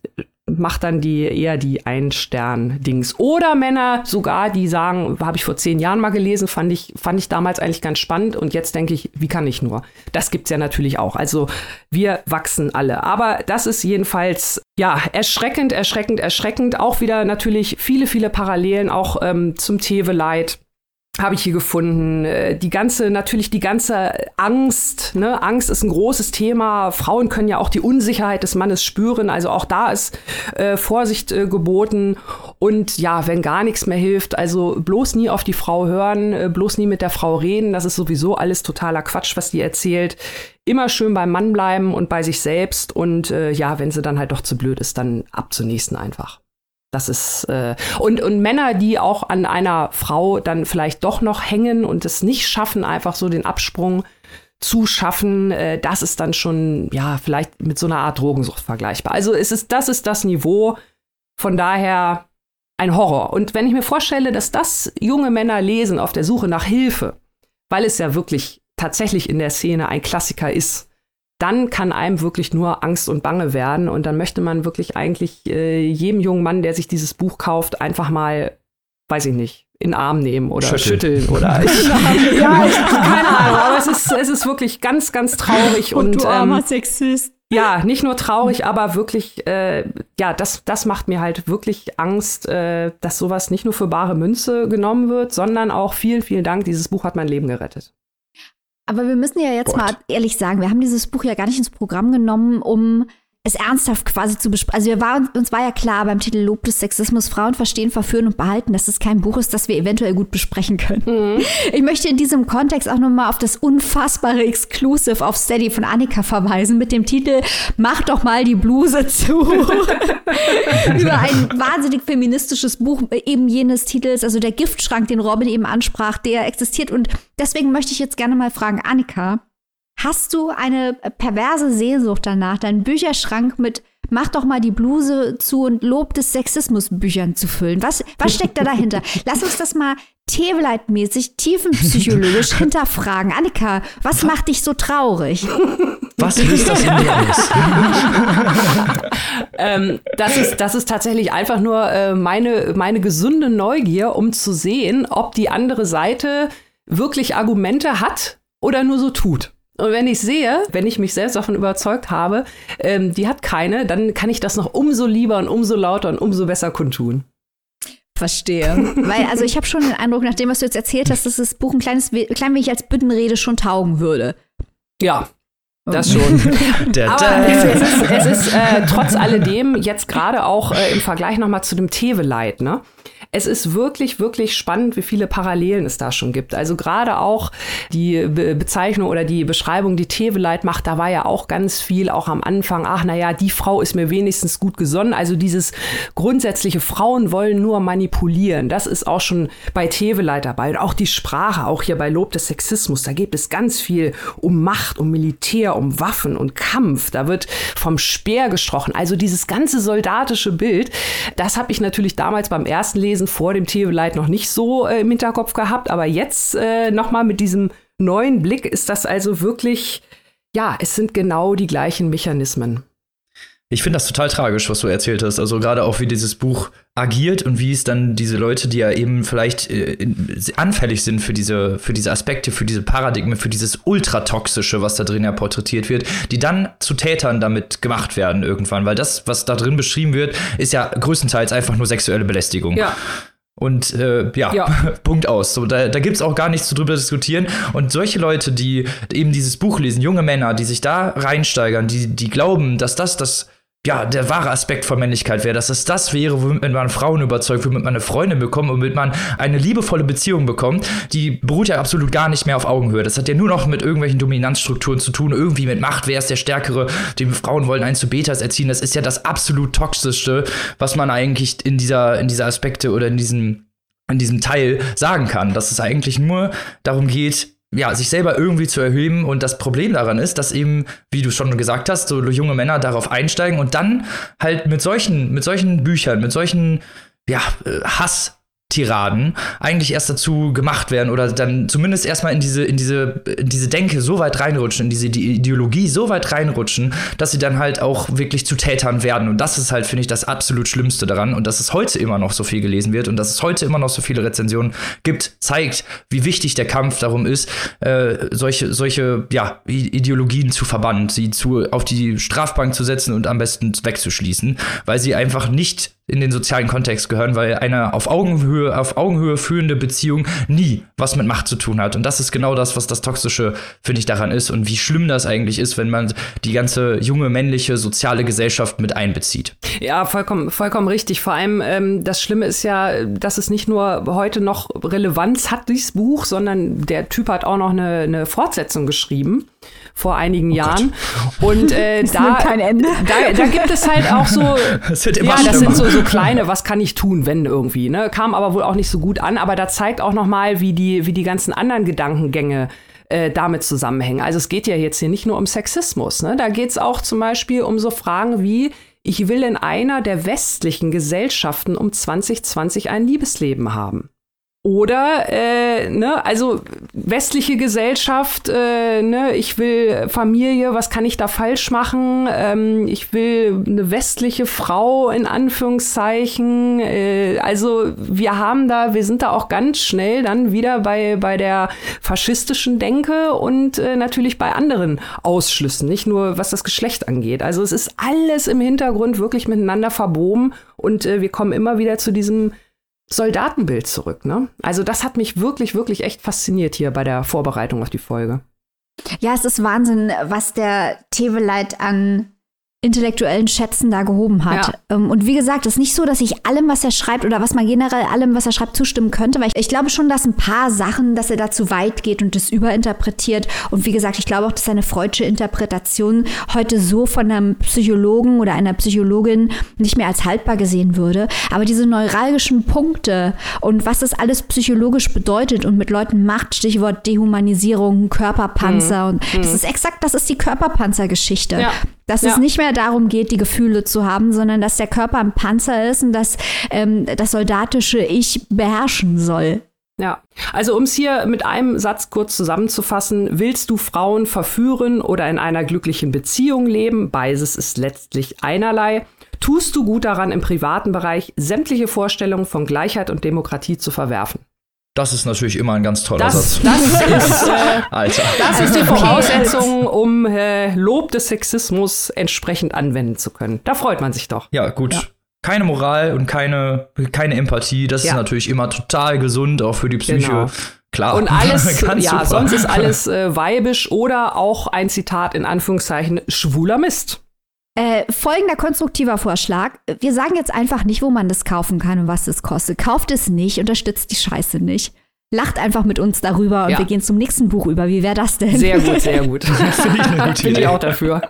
Speaker 3: macht dann die eher die Ein-Stern-Dings. Oder Männer sogar, die sagen, habe ich vor zehn Jahren mal gelesen, fand ich, fand ich damals eigentlich ganz spannend und jetzt denke ich, wie kann ich nur? Das gibt's ja natürlich auch. Also wir wachsen alle. Aber das ist jedenfalls, ja, erschreckend, erschreckend, erschreckend. Auch wieder natürlich viele, viele Parallelen auch ähm, zum Teveleid. Habe ich hier gefunden. Die ganze, natürlich die ganze Angst, ne? Angst ist ein großes Thema. Frauen können ja auch die Unsicherheit des Mannes spüren. Also auch da ist äh, Vorsicht äh, geboten. Und ja, wenn gar nichts mehr hilft, also bloß nie auf die Frau hören, äh, bloß nie mit der Frau reden. Das ist sowieso alles totaler Quatsch, was die erzählt. Immer schön beim Mann bleiben und bei sich selbst. Und äh, ja, wenn sie dann halt doch zu blöd ist, dann ab zur nächsten einfach. Das ist, äh, und, und Männer, die auch an einer Frau dann vielleicht doch noch hängen und es nicht schaffen, einfach so den Absprung zu schaffen, äh, das ist dann schon, ja, vielleicht mit so einer Art Drogensucht vergleichbar. Also es ist, das ist das Niveau, von daher ein Horror. Und wenn ich mir vorstelle, dass das junge Männer lesen auf der Suche nach Hilfe, weil es ja wirklich tatsächlich in der Szene ein Klassiker ist, dann kann einem wirklich nur Angst und Bange werden. Und dann möchte man wirklich eigentlich äh, jedem jungen Mann, der sich dieses Buch kauft, einfach mal, weiß ich nicht, in den Arm nehmen oder schütteln, schütteln oder ich, ja, ich, keine Ahnung. Aber es ist, es ist wirklich ganz, ganz traurig. Und,
Speaker 2: und du armer ähm, Sexist.
Speaker 3: Ja, nicht nur traurig, aber wirklich, äh, ja, das, das macht mir halt wirklich Angst, äh, dass sowas nicht nur für bare Münze genommen wird, sondern auch vielen, vielen Dank. Dieses Buch hat mein Leben gerettet.
Speaker 2: Aber wir müssen ja jetzt Gott. mal ehrlich sagen, wir haben dieses Buch ja gar nicht ins Programm genommen, um es ernsthaft quasi zu besprechen. Also wir waren, uns war ja klar beim Titel Lob des Sexismus, Frauen verstehen, verführen und behalten, dass es kein Buch ist, das wir eventuell gut besprechen können. Mhm. Ich möchte in diesem Kontext auch nochmal auf das unfassbare Exclusive auf Steady von Annika verweisen mit dem Titel Mach doch mal die Bluse zu. Über ein wahnsinnig feministisches Buch eben jenes Titels, also der Giftschrank, den Robin eben ansprach, der existiert. Und deswegen möchte ich jetzt gerne mal fragen, Annika, hast du eine perverse Sehnsucht danach, deinen Bücherschrank mit Mach doch mal die Bluse zu und Lob des Sexismus-Büchern zu füllen? Was, was steckt da dahinter? Lass uns das mal Teveleid-mäßig, tiefenpsychologisch hinterfragen. Annika, was macht dich so traurig?
Speaker 1: Was ist das in dir aus?
Speaker 3: ähm, das ist, das ist tatsächlich einfach nur äh, meine, meine gesunde Neugier, um zu sehen, ob die andere Seite wirklich Argumente hat oder nur so tut. Und wenn ich sehe, wenn ich mich selbst davon überzeugt habe, ähm, die hat keine, dann kann ich das noch umso lieber und umso lauter und umso besser kundtun.
Speaker 2: Verstehe. Weil, also ich habe schon den Eindruck, nach dem, was du jetzt erzählt hast, dass das Buch ein kleines, klein wenig als Büttenrede schon taugen würde.
Speaker 3: Ja. Das schon. Aber es, es ist, es ist äh, trotz alledem jetzt gerade auch äh, im Vergleich nochmal zu dem Teveleid, ne? Es ist wirklich, wirklich spannend, wie viele Parallelen es da schon gibt. Also gerade auch die Be- Bezeichnung oder die Beschreibung, die Teveleid macht, da war ja auch ganz viel auch am Anfang, ach naja, die Frau ist mir wenigstens gut gesonnen. Also dieses grundsätzliche, Frauen wollen nur manipulieren, das ist auch schon bei Teveleid dabei. Und auch die Sprache, auch hier bei Lob des Sexismus, da geht es ganz viel um Macht, um Militär, um Waffen und Kampf. Da wird vom Speer gesprochen. Also dieses ganze soldatische Bild, das habe ich natürlich damals beim ersten Lesen vor dem Teveleid noch nicht so äh, im Hinterkopf gehabt, aber jetzt äh, nochmal mit diesem neuen Blick ist das also wirklich, ja, es sind genau die gleichen Mechanismen.
Speaker 1: Ich finde das total tragisch, was du erzählt hast. Also gerade auch, wie dieses Buch agiert und wie es dann diese Leute, die ja eben vielleicht äh, anfällig sind für diese, für diese Aspekte, für diese Paradigmen, für dieses Ultratoxische, was da drin ja porträtiert wird, die dann zu Tätern damit gemacht werden irgendwann. Weil das, was da drin beschrieben wird, ist ja größtenteils einfach nur sexuelle Belästigung.
Speaker 3: Ja.
Speaker 1: Und äh, ja, ja. Punkt aus. So, da da gibt es auch gar nichts drüber diskutieren. Und solche Leute, die eben dieses Buch lesen, junge Männer, die sich da reinsteigern, die, die glauben, dass das das ja, der wahre Aspekt von Männlichkeit wäre, dass es das wäre, womit man Frauen überzeugt, womit man eine Freundin bekommt und womit man eine liebevolle Beziehung bekommt, die beruht ja absolut gar nicht mehr auf Augenhöhe. Das hat ja nur noch mit irgendwelchen Dominanzstrukturen zu tun, irgendwie mit Macht, wer ist der Stärkere, die Frauen wollen einen zu Betas erziehen. Das ist ja das absolut Toxischste, was man eigentlich in dieser, in dieser Aspekte oder in diesem, in diesem Teil sagen kann, dass es eigentlich nur darum geht, ja, sich selber irgendwie zu erheben. Und das Problem daran ist, dass eben, wie du schon gesagt hast, so junge Männer darauf einsteigen und dann halt mit solchen, mit solchen Büchern, mit solchen, ja, Hass Tiraden eigentlich erst dazu gemacht werden oder dann zumindest erstmal in diese, in diese, in diese Denke so weit reinrutschen, in diese Ideologie so weit reinrutschen, dass sie dann halt auch wirklich zu Tätern werden. Und das ist halt, finde ich, das absolut Schlimmste daran. Und dass es heute immer noch so viel gelesen wird und dass es heute immer noch so viele Rezensionen gibt, zeigt, wie wichtig der Kampf darum ist, äh, solche, solche ja, Ideologien zu verbannen, sie zu, auf die Strafbank zu setzen und am besten wegzuschließen, weil sie einfach nicht in den sozialen Kontext gehören, weil eine auf Augenhöhe, auf Augenhöhe führende Beziehung nie was mit Macht zu tun hat. Und das ist genau das, was das Toxische, finde ich, daran ist und wie schlimm das eigentlich ist, wenn man die ganze junge, männliche, soziale Gesellschaft mit einbezieht.
Speaker 3: Ja, vollkommen, vollkommen richtig. Vor allem, ähm, das Schlimme ist ja, dass es nicht nur heute noch Relevanz hat, dieses Buch, sondern der Typ hat auch noch eine, eine Fortsetzung geschrieben vor einigen oh Jahren. Gott. Und äh, da,
Speaker 2: kein Ende.
Speaker 3: Da, da gibt es halt auch so,
Speaker 1: das wird immer
Speaker 3: ja,
Speaker 1: schlimmer.
Speaker 3: das sind so, so kleine, was kann ich tun, wenn irgendwie, ne? Kam aber wohl auch nicht so gut an, aber da zeigt auch noch mal, wie die, wie die ganzen anderen Gedankengänge äh, damit zusammenhängen. Also es geht ja jetzt hier nicht nur um Sexismus, ne? Da geht es auch zum Beispiel um so Fragen wie, ich will in einer der westlichen Gesellschaften um zwanzig zwanzig ein Liebesleben haben. Oder, äh, ne, also westliche Gesellschaft, äh, ne, ich will Familie, was kann ich da falsch machen? Ähm, ich will eine westliche Frau in Anführungszeichen. Äh, also wir haben da, wir sind da auch ganz schnell dann wieder bei, bei der faschistischen Denke und äh, natürlich bei anderen Ausschlüssen, nicht nur was das Geschlecht angeht. Also es ist alles im Hintergrund wirklich miteinander verwoben und äh, wir kommen immer wieder zu diesem Soldatenbild zurück, ne? Also das hat mich wirklich, wirklich echt fasziniert hier bei der Vorbereitung auf die Folge.
Speaker 2: Ja, es ist Wahnsinn, was der Teveleit an intellektuellen Schätzen da gehoben hat. Ja. Und wie gesagt, es ist nicht so, dass ich allem, was er schreibt oder was man generell allem, was er schreibt, zustimmen könnte, weil ich, ich glaube schon, dass ein paar Sachen, dass er da zu weit geht und das überinterpretiert. Und wie gesagt, ich glaube auch, dass seine freudsche Interpretation heute so von einem Psychologen oder einer Psychologin nicht mehr als haltbar gesehen würde. Aber diese neuralgischen Punkte und was das alles psychologisch bedeutet und mit Leuten macht, Stichwort Dehumanisierung, Körperpanzer. Mhm. Und das ist exakt, das ist die Körperpanzergeschichte. Ja. Dass ja. es nicht mehr darum geht, die Gefühle zu haben, sondern dass der Körper ein Panzer ist und dass ähm, das soldatische Ich beherrschen soll.
Speaker 3: Ja, also um es hier mit einem Satz kurz zusammenzufassen, willst du Frauen verführen oder in einer glücklichen Beziehung leben? Beides ist letztlich einerlei. Tust du gut daran, im privaten Bereich sämtliche Vorstellungen von Gleichheit und Demokratie zu verwerfen?
Speaker 1: Das ist natürlich immer ein ganz toller
Speaker 3: das,
Speaker 1: Satz.
Speaker 3: Das ist, äh,
Speaker 1: Alter.
Speaker 3: das ist die Voraussetzung, um äh, Lob des Sexismus entsprechend anwenden zu können. Da freut man sich doch.
Speaker 1: Ja, gut. Ja. Keine Moral und keine, keine Empathie. Das ja. ist natürlich immer total gesund, auch für die Psyche. Genau. Klar.
Speaker 3: Und alles, ja, super. Sonst ist alles äh, weibisch oder auch ein Zitat in Anführungszeichen schwuler Mist.
Speaker 2: Äh, folgender konstruktiver Vorschlag. Wir sagen jetzt einfach nicht, wo man das kaufen kann und was es kostet. Kauft es nicht, unterstützt die Scheiße nicht. Lacht einfach mit uns darüber und ja. wir gehen zum nächsten Buch über. Wie wäre das denn?
Speaker 3: Sehr gut, sehr gut.
Speaker 1: Finde ich eine gute
Speaker 3: Bin
Speaker 1: Idee.
Speaker 3: ich auch dafür.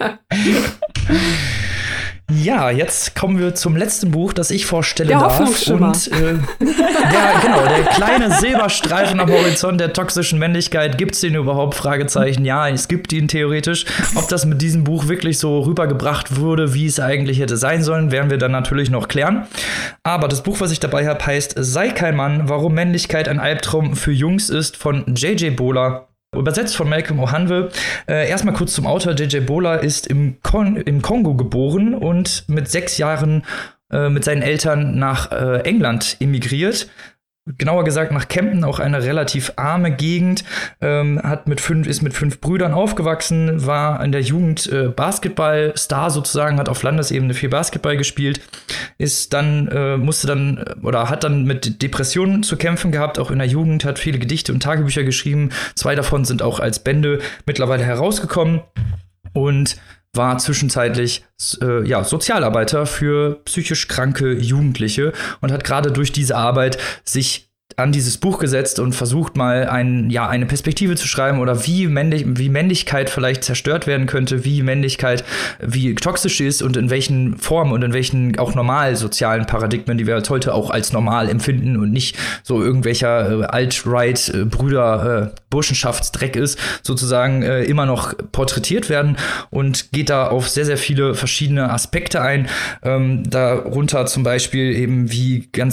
Speaker 1: Ja, jetzt kommen wir zum letzten Buch, das ich vorstellen
Speaker 3: der
Speaker 1: darf.
Speaker 3: Hoffnungsschimmer.
Speaker 1: Und äh, ja, genau, der kleine Silberstreifen am Horizont der toxischen Männlichkeit. Gibt's den überhaupt? Fragezeichen. Ja, es gibt ihn theoretisch. Ob das mit diesem Buch wirklich so rübergebracht wurde, wie es eigentlich hätte sein sollen, werden wir dann natürlich noch klären. Aber das Buch, was ich dabei habe, heißt Sei kein Mann, warum Männlichkeit ein Albtraum für Jungs ist, von J J Bola. Übersetzt von Malcolm O'Hanwe. Äh, erstmal kurz zum Autor. J J Bola ist im, Kon- im Kongo geboren und mit sechs Jahren äh, mit seinen Eltern nach äh, England emigriert. Genauer gesagt nach Kempten, auch eine relativ arme Gegend. Ähm, hat mit fünf, ist mit fünf Brüdern aufgewachsen, war in der Jugend äh, Basketballstar sozusagen, hat auf Landesebene viel Basketball gespielt, ist dann, äh, musste dann oder hat dann mit Depressionen zu kämpfen gehabt, auch in der Jugend, hat viele Gedichte und Tagebücher geschrieben. Zwei davon sind auch als Bände mittlerweile herausgekommen und war zwischenzeitlich äh, ja, Sozialarbeiter für psychisch kranke Jugendliche und hat gerade durch diese Arbeit sich an dieses Buch gesetzt und versucht mal ein, ja, eine Perspektive zu schreiben oder wie, männlich, wie Männlichkeit vielleicht zerstört werden könnte, wie Männlichkeit, wie toxisch ist und in welchen Formen und in welchen auch normal sozialen Paradigmen, die wir halt heute auch als normal empfinden und nicht so irgendwelcher äh, Alt-Right-Brüder äh, Burschenschaftsdreck ist, sozusagen äh, immer noch porträtiert werden und geht da auf sehr, sehr viele verschiedene Aspekte ein. Ähm, darunter zum Beispiel eben, wie ganz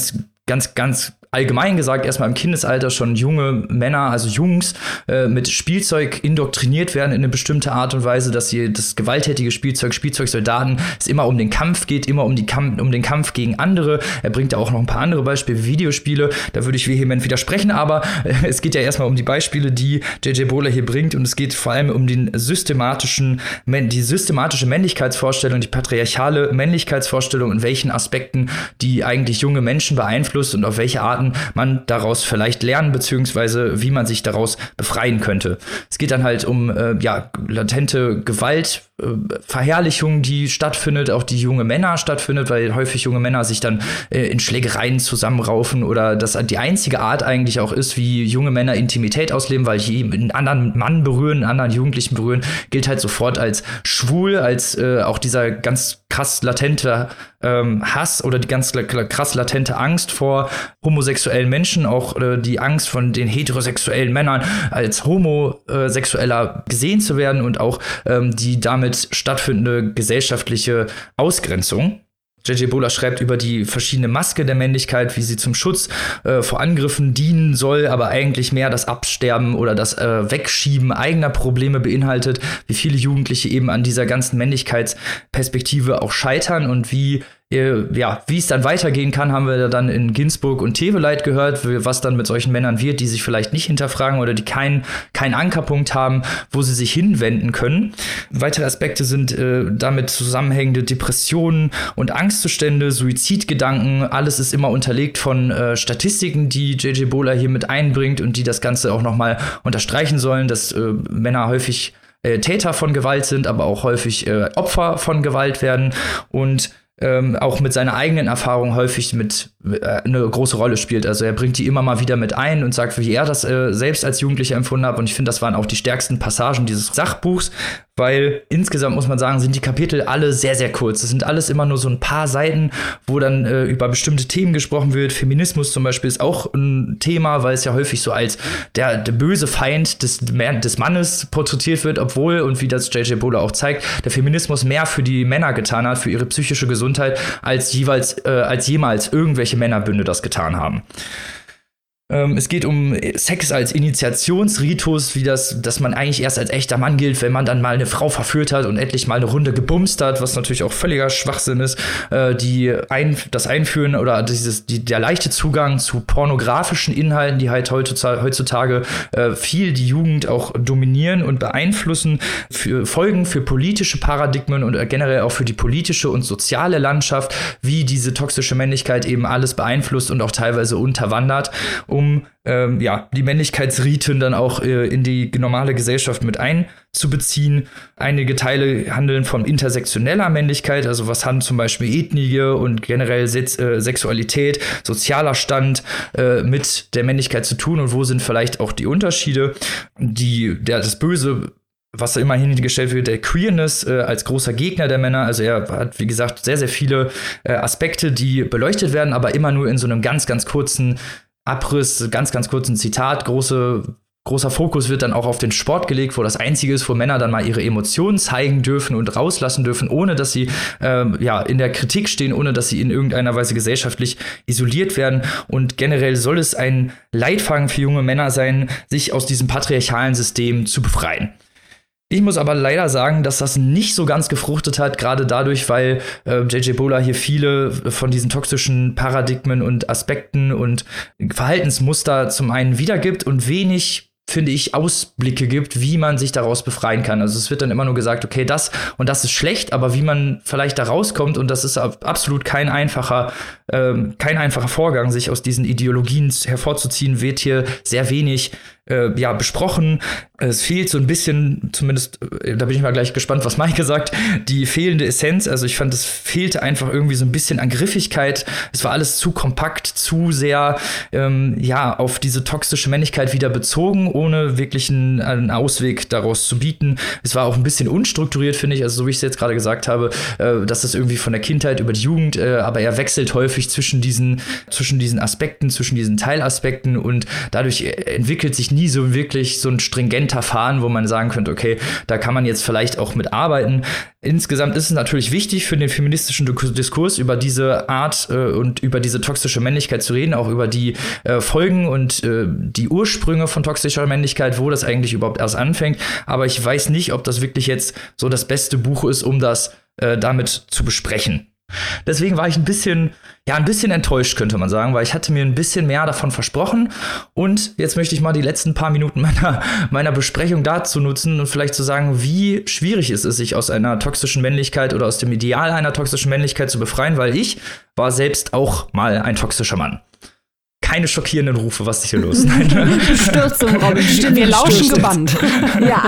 Speaker 1: ganz, ganz allgemein gesagt erstmal im Kindesalter schon junge Männer, also Jungs, äh, mit Spielzeug indoktriniert werden in eine bestimmte Art und Weise, dass sie das gewalttätige Spielzeug, Spielzeugsoldaten, es immer um den Kampf geht, immer um, die Kampf, um den Kampf gegen andere. Er bringt da auch noch ein paar andere Beispiele, Videospiele, da würde ich vehement widersprechen, aber äh, es geht ja erstmal um die Beispiele, die J J Bowler hier bringt, und es geht vor allem um den systematischen, die systematische Männlichkeitsvorstellung, die patriarchale Männlichkeitsvorstellung, in welchen Aspekten die eigentlich junge Menschen beeinflusst und auf welche Arten man daraus vielleicht lernen, beziehungsweise wie man sich daraus befreien könnte. Es geht dann halt um äh, ja, latente Gewalt, äh, Verherrlichung, die stattfindet, auch die junge Männer stattfindet, weil häufig junge Männer sich dann äh, in Schlägereien zusammenraufen oder das die einzige Art eigentlich auch ist, wie junge Männer Intimität ausleben, weil je einen anderen Mann berühren, einen anderen Jugendlichen berühren, gilt halt sofort als schwul, als äh, auch dieser ganz krass latente ähm, Hass oder die ganz krass latente Angst vor homosexuellen Menschen, auch äh, die Angst von den heterosexuellen Männern als homosexueller gesehen zu werden und auch ähm, die damit stattfindende gesellschaftliche Ausgrenzung. J J Bowler schreibt über die verschiedene Maske der Männlichkeit, wie sie zum Schutz äh, vor Angriffen dienen soll, aber eigentlich mehr das Absterben oder das äh, Wegschieben eigener Probleme beinhaltet, wie viele Jugendliche eben an dieser ganzen Männlichkeitsperspektive auch scheitern und wie ja, wie es dann weitergehen kann, haben wir dann in Ginsburg und Teweleit gehört, was dann mit solchen Männern wird, die sich vielleicht nicht hinterfragen oder die keinen keinen Ankerpunkt haben, wo sie sich hinwenden können. Weitere Aspekte sind äh, damit zusammenhängende Depressionen und Angstzustände, Suizidgedanken. Alles ist immer unterlegt von äh, Statistiken, die J J Bowler hier mit einbringt und die das Ganze auch nochmal unterstreichen sollen, dass äh, Männer häufig äh, Täter von Gewalt sind, aber auch häufig äh, Opfer von Gewalt werden und Ähm, auch mit seiner eigenen Erfahrung häufig mit äh, eine große Rolle spielt. Also er bringt die immer mal wieder mit ein und sagt, wie er das äh, selbst als Jugendlicher empfunden hat. Und ich finde, das waren auch die stärksten Passagen dieses Sachbuchs, weil insgesamt muss man sagen, sind die Kapitel alle sehr, sehr kurz. Das sind alles immer nur so ein paar Seiten, wo dann äh, über bestimmte Themen gesprochen wird. Feminismus zum Beispiel ist auch ein Thema, weil es ja häufig so als der, der böse Feind des, des Mannes porträtiert wird, obwohl, und wie das J J Bowler auch zeigt, der Feminismus mehr für die Männer getan hat, für ihre psychische Gesundheit, als jeweils, äh, als jemals irgendwelche Männerbünde das getan haben. Ähm, es geht um Sex als Initiationsritus, wie das, dass man eigentlich erst als echter Mann gilt, wenn man dann mal eine Frau verführt hat und endlich mal eine Runde gebumst hat, was natürlich auch völliger Schwachsinn ist. Äh, die ein, das Einführen oder dieses, die, der leichte Zugang zu pornografischen Inhalten, die halt heutzutage, heutzutage äh, viel die Jugend auch dominieren und beeinflussen, für Folgen für politische Paradigmen und generell auch für die politische und soziale Landschaft, wie diese toxische Männlichkeit eben alles beeinflusst und auch teilweise unterwandert, um ähm, ja, die Männlichkeitsriten dann auch äh, in die normale Gesellschaft mit einzubeziehen. Einige Teile handeln von intersektioneller Männlichkeit, also was haben zum Beispiel Ethnie und generell Se- äh, Sexualität, sozialer Stand äh, mit der Männlichkeit zu tun und wo sind vielleicht auch die Unterschiede, die der das Böse, was immerhin hingestellt wird, der Queerness äh, als großer Gegner der Männer. Also er hat, wie gesagt, sehr, sehr viele äh, Aspekte, die beleuchtet werden, aber immer nur in so einem ganz, ganz kurzen Abriss, ganz, ganz kurzen Zitat. Große, großer Fokus wird dann auch auf den Sport gelegt, wo das Einzige ist, wo Männer dann mal ihre Emotionen zeigen dürfen und rauslassen dürfen, ohne dass sie ähm, ja, in der Kritik stehen, ohne dass sie in irgendeiner Weise gesellschaftlich isoliert werden. Und generell soll es ein Leitfaden für junge Männer sein, sich aus diesem patriarchalen System zu befreien. Ich muss aber leider sagen, dass das nicht so ganz gefruchtet hat, gerade dadurch, weil äh, J J Bowler hier viele von diesen toxischen Paradigmen und Aspekten und Verhaltensmuster zum einen wiedergibt und wenig, finde ich, Ausblicke gibt, wie man sich daraus befreien kann. Also es wird dann immer nur gesagt, okay, das und das ist schlecht, aber wie man vielleicht da rauskommt, und das ist absolut kein einfacher, ähm, kein einfacher Vorgang, sich aus diesen Ideologien hervorzuziehen, wird hier sehr wenig Äh, ja, besprochen. Es fehlt so ein bisschen, zumindest, äh, da bin ich mal gleich gespannt, was Maike sagt, die fehlende Essenz. Also ich fand, es fehlte einfach irgendwie so ein bisschen an Griffigkeit. Es war alles zu kompakt, zu sehr ähm, ja, auf diese toxische Männlichkeit wieder bezogen, ohne wirklich einen, einen Ausweg daraus zu bieten. Es war auch ein bisschen unstrukturiert, finde ich, also so wie ich es jetzt gerade gesagt habe, äh, dass es irgendwie von der Kindheit über die Jugend, äh, aber er wechselt häufig zwischen diesen, zwischen diesen Aspekten, zwischen diesen Teilaspekten und dadurch entwickelt sich nie so wirklich so ein stringenter Faden, wo man sagen könnte, okay, da kann man jetzt vielleicht auch mit arbeiten. Insgesamt ist es natürlich wichtig für den feministischen Diskurs über diese Art äh, und über diese toxische Männlichkeit zu reden, auch über die äh, Folgen und äh, die Ursprünge von toxischer Männlichkeit, wo das eigentlich überhaupt erst anfängt. Aber ich weiß nicht, ob das wirklich jetzt so das beste Buch ist, um das äh, damit zu besprechen. Deswegen war ich ein bisschen, ja, ein bisschen enttäuscht, könnte man sagen, weil ich hatte mir ein bisschen mehr davon versprochen. Und jetzt möchte ich mal die letzten paar Minuten meiner, meiner Besprechung dazu nutzen und vielleicht zu sagen, wie schwierig es ist, sich aus einer toxischen Männlichkeit oder aus dem Ideal einer toxischen Männlichkeit zu befreien, weil ich war selbst auch mal ein toxischer Mann. Keine schockierenden Rufe, was ist hier los?
Speaker 2: Stürzung, Robin.
Speaker 3: Stimmt, wir lauschen gebannt.
Speaker 2: Ja.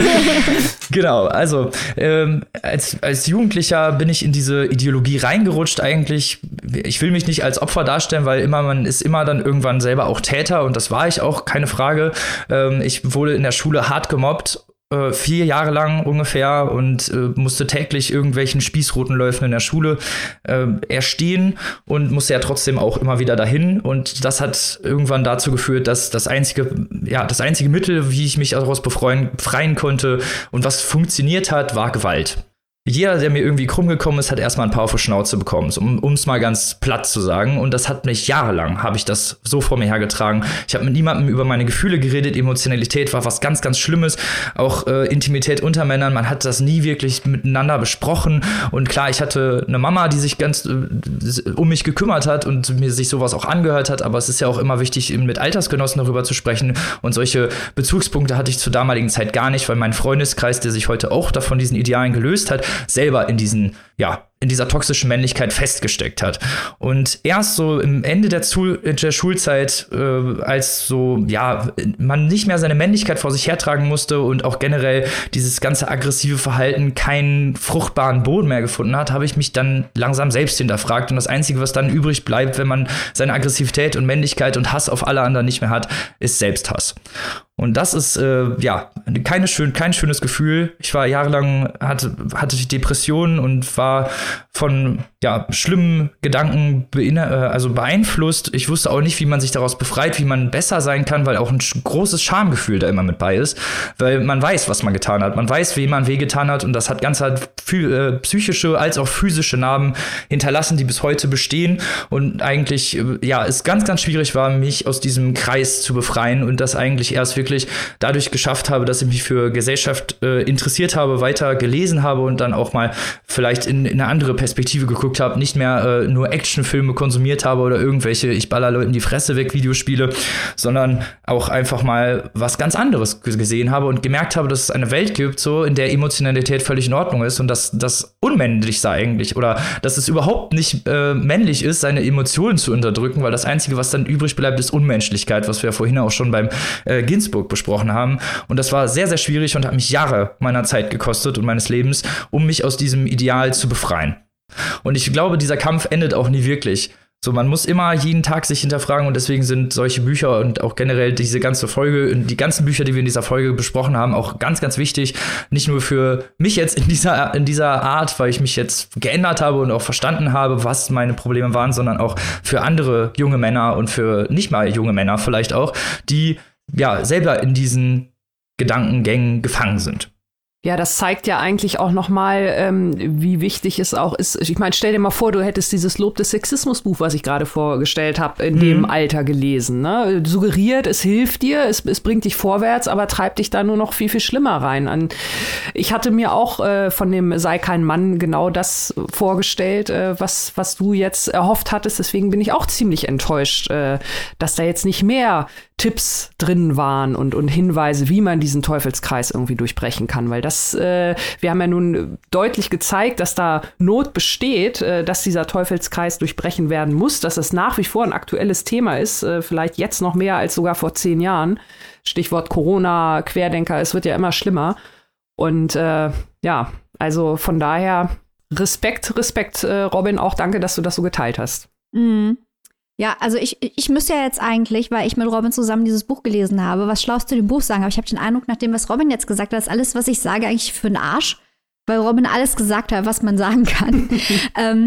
Speaker 1: Genau, also ähm, als, als Jugendlicher bin ich in diese Ideologie reingerutscht eigentlich. Ich will mich nicht als Opfer darstellen, weil immer man ist immer dann irgendwann selber auch Täter und das war ich auch, keine Frage. Ähm, ich wurde in der Schule hart gemobbt. Vier Jahre lang ungefähr und äh, musste täglich irgendwelchen Spießrutenläufen in der Schule äh, erstehen und musste ja trotzdem auch immer wieder dahin. Und das hat irgendwann dazu geführt, dass das einzige, ja, das einzige Mittel, wie ich mich daraus befreien, befreien konnte und was funktioniert hat, war Gewalt. Jeder, der mir irgendwie krumm gekommen ist, hat erstmal ein paar auf die Schnauze bekommen, um es mal ganz platt zu sagen. Und das hat mich jahrelang, habe ich das so vor mir hergetragen. Ich habe mit niemandem über meine Gefühle geredet. Emotionalität war was ganz, ganz Schlimmes. Auch äh, Intimität unter Männern, man hat das nie wirklich miteinander besprochen. Und klar, ich hatte eine Mama, die sich ganz äh, um mich gekümmert hat und mir sich sowas auch angehört hat. Aber es ist ja auch immer wichtig, mit Altersgenossen darüber zu sprechen. Und solche Bezugspunkte hatte ich zur damaligen Zeit gar nicht, weil mein Freundeskreis, der sich heute auch davon diesen Idealen gelöst hat, selber in diesen, ja, in dieser toxischen Männlichkeit festgesteckt hat. Und erst so im Ende der, Zu- der Schulzeit, äh, als so, ja, man nicht mehr seine Männlichkeit vor sich hertragen musste und auch generell dieses ganze aggressive Verhalten keinen fruchtbaren Boden mehr gefunden hat, habe ich mich dann langsam selbst hinterfragt. Und das Einzige, was dann übrig bleibt, wenn man seine Aggressivität und Männlichkeit und Hass auf alle anderen nicht mehr hat, ist Selbsthass. Und das ist, äh, ja, keine schön, kein schönes Gefühl. Ich war jahrelang, hatte, hatte Depressionen und war von, ja, schlimmen Gedanken beinner- äh, also beeinflusst. Ich wusste auch nicht, wie man sich daraus befreit, wie man besser sein kann, weil auch ein sch- großes Schamgefühl da immer mit bei ist. Weil man weiß, was man getan hat. Man weiß, wem man wehgetan hat. Und das hat ganz halt phy- äh, psychische als auch physische Narben hinterlassen, die bis heute bestehen. Und eigentlich, äh, ja, es ganz, ganz schwierig war, mich aus diesem Kreis zu befreien und das eigentlich erst wirklich wirklich dadurch geschafft habe, dass ich mich für Gesellschaft äh, interessiert habe, weiter gelesen habe und dann auch mal vielleicht in, in eine andere Perspektive geguckt habe, nicht mehr äh, nur Actionfilme konsumiert habe oder irgendwelche ich baller Leuten die Fresse weg Videospiele, sondern auch einfach mal was ganz anderes g- gesehen habe und gemerkt habe, dass es eine Welt gibt, so in der Emotionalität völlig in Ordnung ist und dass das unmännlich sei eigentlich oder dass es überhaupt nicht äh, männlich ist, seine Emotionen zu unterdrücken, weil das Einzige, was dann übrig bleibt, ist Unmenschlichkeit, was wir ja vorhin auch schon beim äh, Ginsburg besprochen haben. Und das war sehr, sehr schwierig und hat mich Jahre meiner Zeit gekostet und meines Lebens, um mich aus diesem Ideal zu befreien. Und ich glaube, dieser Kampf endet auch nie wirklich. So, man muss immer jeden Tag sich hinterfragen und deswegen sind solche Bücher und auch generell diese ganze Folge, die ganzen Bücher, die wir in dieser Folge besprochen haben, auch ganz, ganz wichtig. Nicht nur für mich jetzt in dieser, in dieser Art, weil ich mich jetzt geändert habe und auch verstanden habe, was meine Probleme waren, sondern auch für andere junge Männer und für nicht mal junge Männer vielleicht auch, die ja selber in diesen Gedankengängen gefangen sind.
Speaker 3: Ja, das zeigt ja eigentlich auch noch mal, ähm, wie wichtig es auch ist. Ich meine, stell dir mal vor, du hättest dieses Lob des Sexismus-Buch, was ich gerade vorgestellt habe, in mhm. dem Alter gelesen. Ne? Suggeriert, es hilft dir, es, es bringt dich vorwärts, aber treibt dich da nur noch viel, viel schlimmer rein. An, ich hatte mir auch äh, von dem Sei kein Mann genau das vorgestellt, äh, was, was du jetzt erhofft hattest. Deswegen bin ich auch ziemlich enttäuscht, äh, dass da jetzt nicht mehr Tipps drin waren und, und Hinweise, wie man diesen Teufelskreis irgendwie durchbrechen kann. Weil das, äh, wir haben ja nun deutlich gezeigt, dass da Not besteht, äh, dass dieser Teufelskreis durchbrechen werden muss, dass es nach wie vor ein aktuelles Thema ist, äh, vielleicht jetzt noch mehr als sogar vor zehn Jahren. Stichwort Corona, Querdenker, es wird ja immer schlimmer. Und äh, ja, also von daher Respekt, Respekt, äh, Robin, auch danke, dass du das so geteilt hast.
Speaker 2: Mhm. Ja, also ich, ich müsste ja jetzt eigentlich, weil ich mit Robin zusammen dieses Buch gelesen habe, was Schlaues zu dem Buch sagen. Aber ich habe den Eindruck, nach dem, was Robin jetzt gesagt hat, ist alles, was ich sage, eigentlich für den Arsch. Weil Robin alles gesagt hat, was man sagen kann. ähm,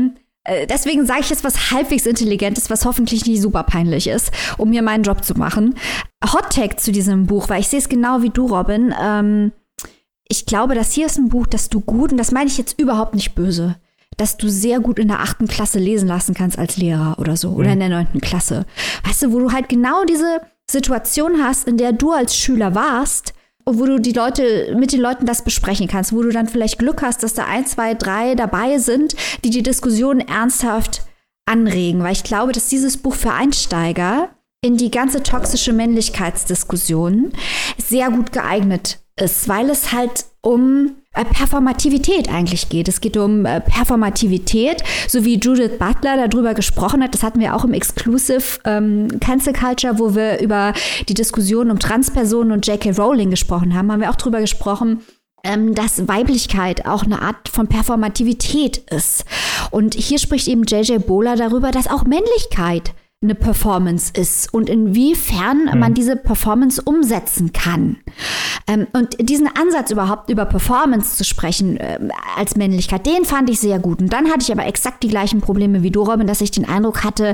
Speaker 2: äh, deswegen sage ich jetzt was halbwegs Intelligentes, was hoffentlich nicht super peinlich ist, um mir meinen Job zu machen. Hot Take zu diesem Buch, weil ich sehe es genau wie du, Robin. Ähm, ich glaube, das hier ist ein Buch, das du gut, und das meine ich jetzt überhaupt nicht böse, dass du sehr gut in der achten Klasse lesen lassen kannst als Lehrer oder so, mhm. oder in der neunten Klasse. Weißt du, wo du halt genau diese Situation hast, in der du als Schüler warst, und wo du die Leute, mit den Leuten das besprechen kannst, wo du dann vielleicht Glück hast, dass da ein, zwei, drei dabei sind, die die Diskussion ernsthaft anregen. Weil ich glaube, dass dieses Buch für Einsteiger in die ganze toxische Männlichkeitsdiskussion sehr gut geeignet ist, weil es halt um äh, Performativität eigentlich geht. Es geht um äh, Performativität, so wie Judith Butler darüber gesprochen hat. Das hatten wir auch im Exclusive ähm, Cancel Culture, wo wir über die Diskussion um Transpersonen und J K Rowling gesprochen haben. Haben wir auch darüber gesprochen, ähm, dass Weiblichkeit auch eine Art von Performativität ist. Und hier spricht eben J J Bola darüber, dass auch Männlichkeit eine Performance ist und inwiefern mhm. man diese Performance umsetzen kann. Ähm, und diesen Ansatz überhaupt über Performance zu sprechen äh, als Männlichkeit, den fand ich sehr gut. Und dann hatte ich aber exakt die gleichen Probleme wie du, Robin, dass ich den Eindruck hatte,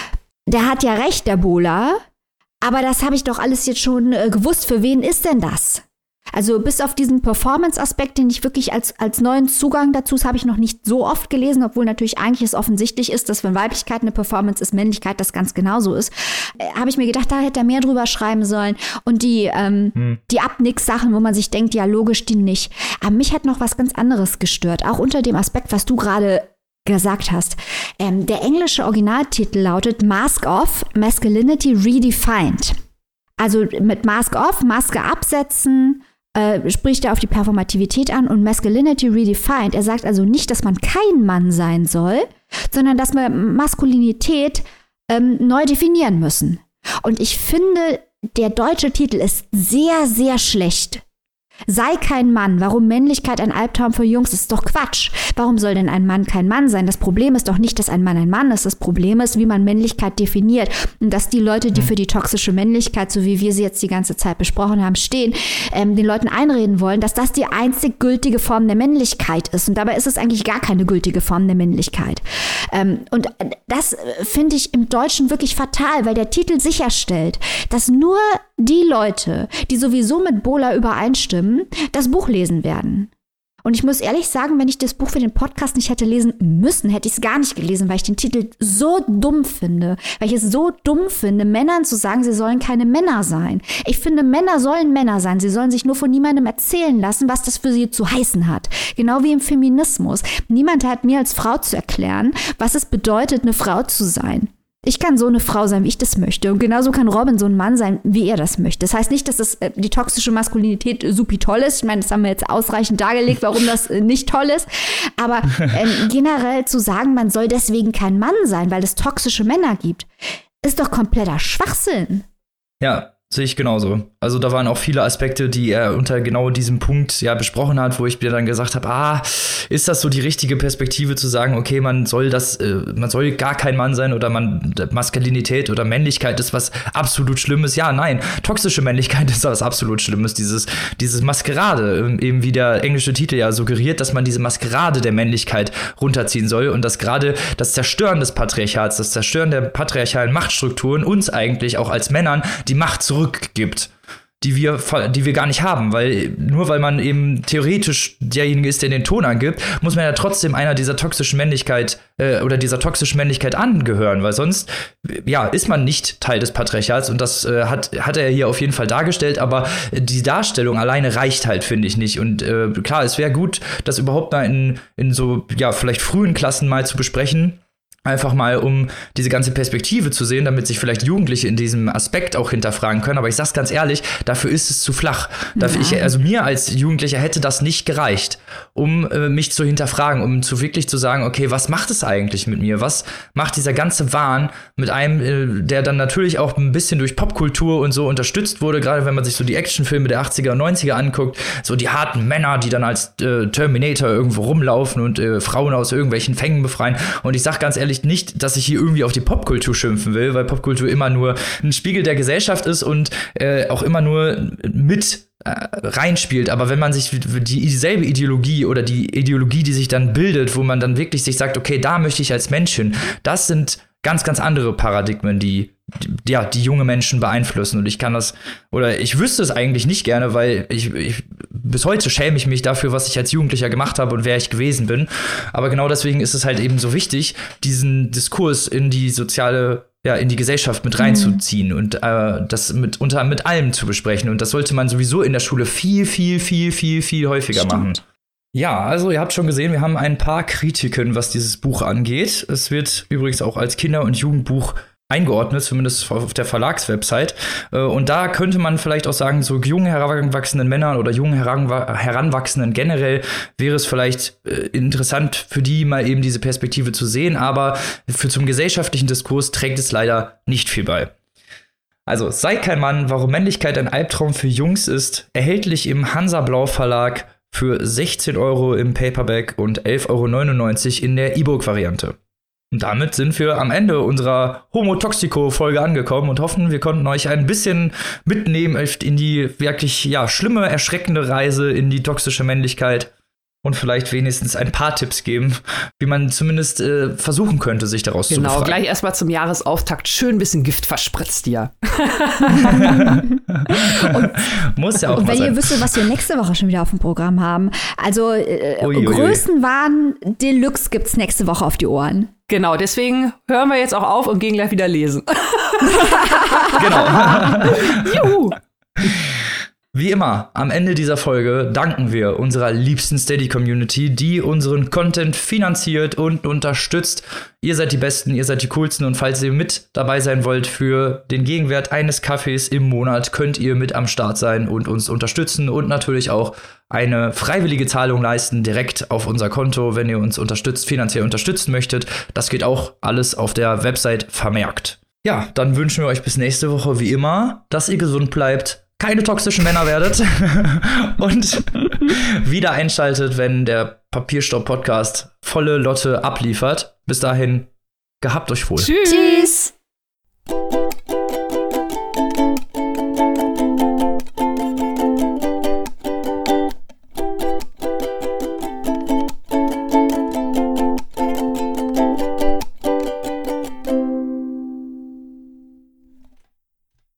Speaker 2: der hat ja recht, der Bola, aber das habe ich doch alles jetzt schon äh, gewusst. Für wen ist denn das? Also bis auf diesen Performance-Aspekt, den ich wirklich als, als neuen Zugang dazu, das habe ich noch nicht so oft gelesen, obwohl natürlich eigentlich es offensichtlich ist, dass wenn Weiblichkeit eine Performance ist, Männlichkeit das ganz genauso ist, äh, habe ich mir gedacht, da hätte er mehr drüber schreiben sollen. Und die, ähm, hm. die Abnix-Sachen, wo man sich denkt, ja logisch, die nicht. Aber mich hat noch was ganz anderes gestört, auch unter dem Aspekt, was du gerade gesagt hast. Ähm, der englische Originaltitel lautet Mask Off, Masculinity Redefined. Also mit Mask Off, Maske absetzen, Äh, spricht er auf die Performativität an, und Masculinity Redefined. Er sagt also nicht, dass man kein Mann sein soll, sondern dass wir Maskulinität ähm, neu definieren müssen. Und ich finde, der deutsche Titel ist sehr, sehr schlecht. Sei kein Mann. Warum Männlichkeit ein Albtraum für Jungs ist, ist doch Quatsch. Warum soll denn ein Mann kein Mann sein? Das Problem ist doch nicht, dass ein Mann ein Mann ist. Das Problem ist, wie man Männlichkeit definiert. Und dass die Leute, die für die toxische Männlichkeit, so wie wir sie jetzt die ganze Zeit besprochen haben, stehen, ähm, den Leuten einreden wollen, dass das die einzig gültige Form der Männlichkeit ist. Und dabei ist es eigentlich gar keine gültige Form der Männlichkeit. Ähm, und das finde ich im Deutschen wirklich fatal, weil der Titel sicherstellt, dass nur die Leute, die sowieso mit Bola übereinstimmen, das Buch lesen werden. Und ich muss ehrlich sagen, wenn ich das Buch für den Podcast nicht hätte lesen müssen, hätte ich es gar nicht gelesen, weil ich den Titel so dumm finde. Weil ich es so dumm finde, Männern zu sagen, sie sollen keine Männer sein. Ich finde, Männer sollen Männer sein. Sie sollen sich nur von niemandem erzählen lassen, was das für sie zu heißen hat. Genau wie im Feminismus. Niemand hat mir als Frau zu erklären, was es bedeutet, eine Frau zu sein. Ich kann so eine Frau sein, wie ich das möchte. Und genauso kann Robin so ein Mann sein, wie er das möchte. Das heißt nicht, dass das, äh, die toxische Maskulinität supi toll ist. Ich meine, das haben wir jetzt ausreichend dargelegt, warum das äh, nicht toll ist. Aber ähm, generell zu sagen, man soll deswegen kein Mann sein, weil es toxische Männer gibt, ist doch kompletter Schwachsinn.
Speaker 1: Ja, sehe ich genauso. Also da waren auch viele Aspekte, die er unter genau diesem Punkt ja besprochen hat, wo ich mir dann gesagt habe, ah, ist das so die richtige Perspektive zu sagen, okay, man soll das, äh, man soll gar kein Mann sein oder man Maskulinität oder Männlichkeit ist was absolut Schlimmes. Ja, nein, toxische Männlichkeit ist was absolut Schlimmes. Dieses, dieses Maskerade, eben wie der englische Titel ja suggeriert, dass man diese Maskerade der Männlichkeit runterziehen soll und dass gerade das Zerstören des Patriarchats, das Zerstören der patriarchalen Machtstrukturen uns eigentlich auch als Männern die Macht zurückgibt, die wir, die wir gar nicht haben, weil nur weil man eben theoretisch derjenige ist, der den Ton angibt, muss man ja trotzdem einer dieser toxischen Männlichkeit äh, oder dieser toxischen Männlichkeit angehören, weil sonst ja ist man nicht Teil des Patriarchats und das äh, hat hat er hier auf jeden Fall dargestellt, aber die Darstellung alleine reicht halt, finde ich nicht. Und äh, klar, es wäre gut, das überhaupt mal in in so ja vielleicht frühen Klassen mal zu besprechen. Einfach mal, um diese ganze Perspektive zu sehen, damit sich vielleicht Jugendliche in diesem Aspekt auch hinterfragen können. Aber ich sag's ganz ehrlich, dafür ist es zu flach. Dafür ich, also mir als Jugendlicher hätte das nicht gereicht, um äh, mich zu hinterfragen, um zu wirklich zu sagen, okay, was macht es eigentlich mit mir? Was macht dieser ganze Wahn mit einem, äh, der dann natürlich auch ein bisschen durch Popkultur und so unterstützt wurde, gerade wenn man sich so die Actionfilme der achtziger und neunziger anguckt, so die harten Männer, die dann als äh, Terminator irgendwo rumlaufen und äh, Frauen aus irgendwelchen Fängen befreien. Und ich sag ganz ehrlich, nicht, dass ich hier irgendwie auf die Popkultur schimpfen will, weil Popkultur immer nur ein Spiegel der Gesellschaft ist und äh, auch immer nur mit reinspielt. Aber wenn man sich die, dieselbe Ideologie oder die Ideologie, die sich dann bildet, wo man dann wirklich sich sagt, okay, da möchte ich als Mensch hin, das sind ganz, ganz andere Paradigmen, die, die ja, die junge Menschen beeinflussen. Und ich kann das, oder ich wüsste es eigentlich nicht gerne, weil ich, ich bis heute schäme ich mich dafür, was ich als Jugendlicher gemacht habe und wer ich gewesen bin. Aber genau deswegen ist es halt eben so wichtig, diesen Diskurs in die soziale, ja, in die Gesellschaft mit reinzuziehen mhm. und äh, das mit, unter, mit allem zu besprechen. Und das sollte man sowieso in der Schule viel, viel, viel, viel, viel häufiger Stimmt. machen. Ja, also ihr habt schon gesehen, wir haben ein paar Kritiken, was dieses Buch angeht. Es wird übrigens auch als Kinder- und Jugendbuch eingeordnet, zumindest auf der Verlagswebsite. Und da könnte man vielleicht auch sagen, so jungen heranwachsenden Männern oder jungen Heranwachsenden generell wäre es vielleicht interessant für die mal eben diese Perspektive zu sehen, aber für zum gesellschaftlichen Diskurs trägt es leider nicht viel bei. Also, Sei kein Mann, warum Männlichkeit ein Albtraum für Jungs ist, erhältlich im Hansa Blau Verlag für sechzehn Euro im Paperback und elf Euro neunundneunzig in der E-Book-Variante. Und damit sind wir am Ende unserer Homo Toxico-Folge angekommen und hoffen, wir konnten euch ein bisschen mitnehmen in die wirklich ja, schlimme, erschreckende Reise in die toxische Männlichkeit und vielleicht wenigstens ein paar Tipps geben, wie man zumindest äh, versuchen könnte, sich daraus
Speaker 3: genau,
Speaker 1: zu befreien.
Speaker 3: Genau, gleich erstmal zum Jahresauftakt schön ein bisschen Gift verspritzt dir.
Speaker 2: und,
Speaker 1: Muss ja auch
Speaker 2: und
Speaker 1: mal
Speaker 2: wenn
Speaker 1: sein.
Speaker 2: ihr wisst, was wir nächste Woche schon wieder auf dem Programm haben, also äh,
Speaker 1: ui, ui,
Speaker 2: Größenwahn Deluxe gibt's nächste Woche auf die Ohren.
Speaker 3: Genau, deswegen hören wir jetzt auch auf und gehen gleich wieder lesen.
Speaker 1: Genau.
Speaker 3: Juhu.
Speaker 1: Wie immer, am Ende dieser Folge danken wir unserer liebsten Steady-Community, die unseren Content finanziert und unterstützt. Ihr seid die Besten, ihr seid die Coolsten und falls ihr mit dabei sein wollt für den Gegenwert eines Kaffees im Monat, könnt ihr mit am Start sein und uns unterstützen und natürlich auch eine freiwillige Zahlung leisten, direkt auf unser Konto, wenn ihr uns unterstützt, finanziell unterstützen möchtet. Das geht auch alles auf der Website vermerkt. Ja, dann wünschen wir euch bis nächste Woche wie immer, dass ihr gesund bleibt, keine toxischen Männer werdet und wieder einschaltet, wenn der Papierstopp-Podcast volle Lotte abliefert. Bis dahin, gehabt euch wohl.
Speaker 3: Tschüss.
Speaker 2: Tschüss.